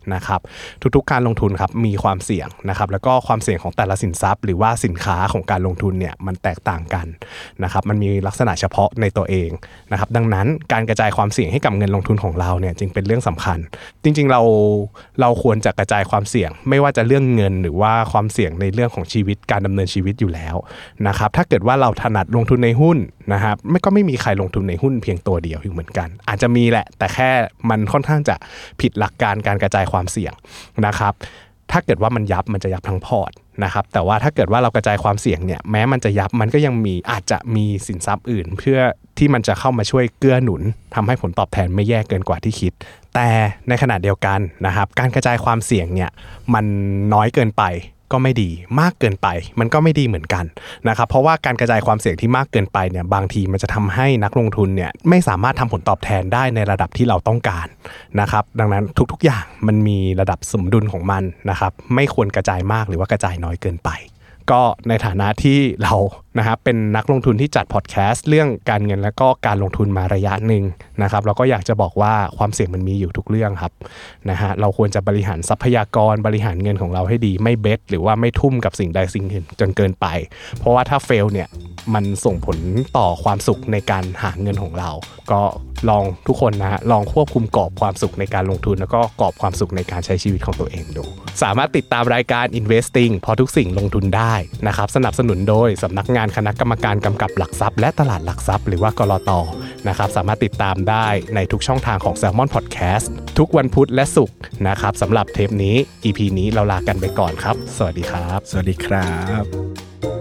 Speaker 2: นะครับทุกๆการลงทุนครับมีความเสี่ยงนะครับแล้วก็ความเสี่ยงของแต่ละสินทรัพย์หรือว่าสินค้าของการลงทุนเนี่ยมันแตกต่างกันนะครับมันมีลักษณะเฉพาะในตัวเองนะครับดังนั้นการกระจายความเสี่ยงให้กับเงินลงทุนของเราเนี่ยจึงเป็นเรื่องสำคัญจริงๆเราควรจะกระจายความเสี่ยงไม่ว่าจะเรื่องเงินหรือว่าความเสี่ยงในเรื่องของชีวิตการดำเนินชีวิตอยู่แล้วนะครับถ้าเกิดว่าเราถนัดลงทุนในหุ้นนะครับไม่มีใครลงทุนในหุ้นเพียงตัวเดียวอยู่เหมือนกันอาจจะมีแหละแต่แค่มันค่อนข้างจะผิดหลักการการกระจายความเสี่ยงนะครับถ้าเกิดว่ามันยับมันจะยับทั้งพอร์ตนะครับแต่ว่าถ้าเกิดว่าเรากระจายความเสี่ยงเนี่ยแม้มันจะยับมันก็ยังอาจจะมีสินทรัพย์อื่นเพื่อที่มันจะเข้ามาช่วยเกื้อหนุนทำให้ผลตอบแทนไม่แย่เกินกว่าที่คิดแต่ในขณะเดียวกันนะครับการกระจายความเสี่ยงเนี่ยมันน้อยเกินไปก็ไม่ดีมากเกินไปมันก็ไม่ดีเหมือนกันนะครับเพราะว่าการกระจายความเสี่ยงที่มากเกินไปเนี่ยบางทีมันจะทำให้นักลงทุนเนี่ยไม่สามารถทำผลตอบแทนได้ในระดับที่เราต้องการนะครับดังนั้นทุกๆอย่างมันมีระดับสมดุลของมันนะครับไม่ควรกระจายมากหรือว่ากระจายน้อยเกินไปก็ในฐานะที่เรานะครับเป็นนักลงทุนที่จัดพอดแคสต์เรื่องการเงินและก็การลงทุนมาระยะหนึ่งนะครับเราก็อยากจะบอกว่าความเสี่ยงมันมีอยู่ทุกเรื่องครับนะฮะเราควรจะบริหารทรัพยากรบริหารเงินของเราให้ดีไม่เบสหรือว่าไม่ทุ่มกับสิ่งใดสิ่งหนึ่งจนเกินไปเพราะว่าถ้าเฟลเนี่ยมันส่งผลต่อความสุขในการหาเงินของเราก็ลองทุกคนนะฮะลองควบคุมกรอบความสุขในการลงทุนแล้วก็กรอบความสุขในการใช้ชีวิตของตัวเองดูสามารถติดตามรายการ Investing พอทุกสิ่งลงทุนได้นะครับสนับสนุนโดยสำนักงานคณะกรรมการกำกับหลักทรัพย์และตลาดหลักทรัพย์หรือว่ากลต.นะครับสามารถติดตามได้ในทุกช่องทางของ Salmon Podcast ทุกวันพุธและศุกร์นะครับสำหรับเทปนี้ EP นี้เราลากันไปก่อนครับสวัสดีครับ
Speaker 3: สวัสดีครับ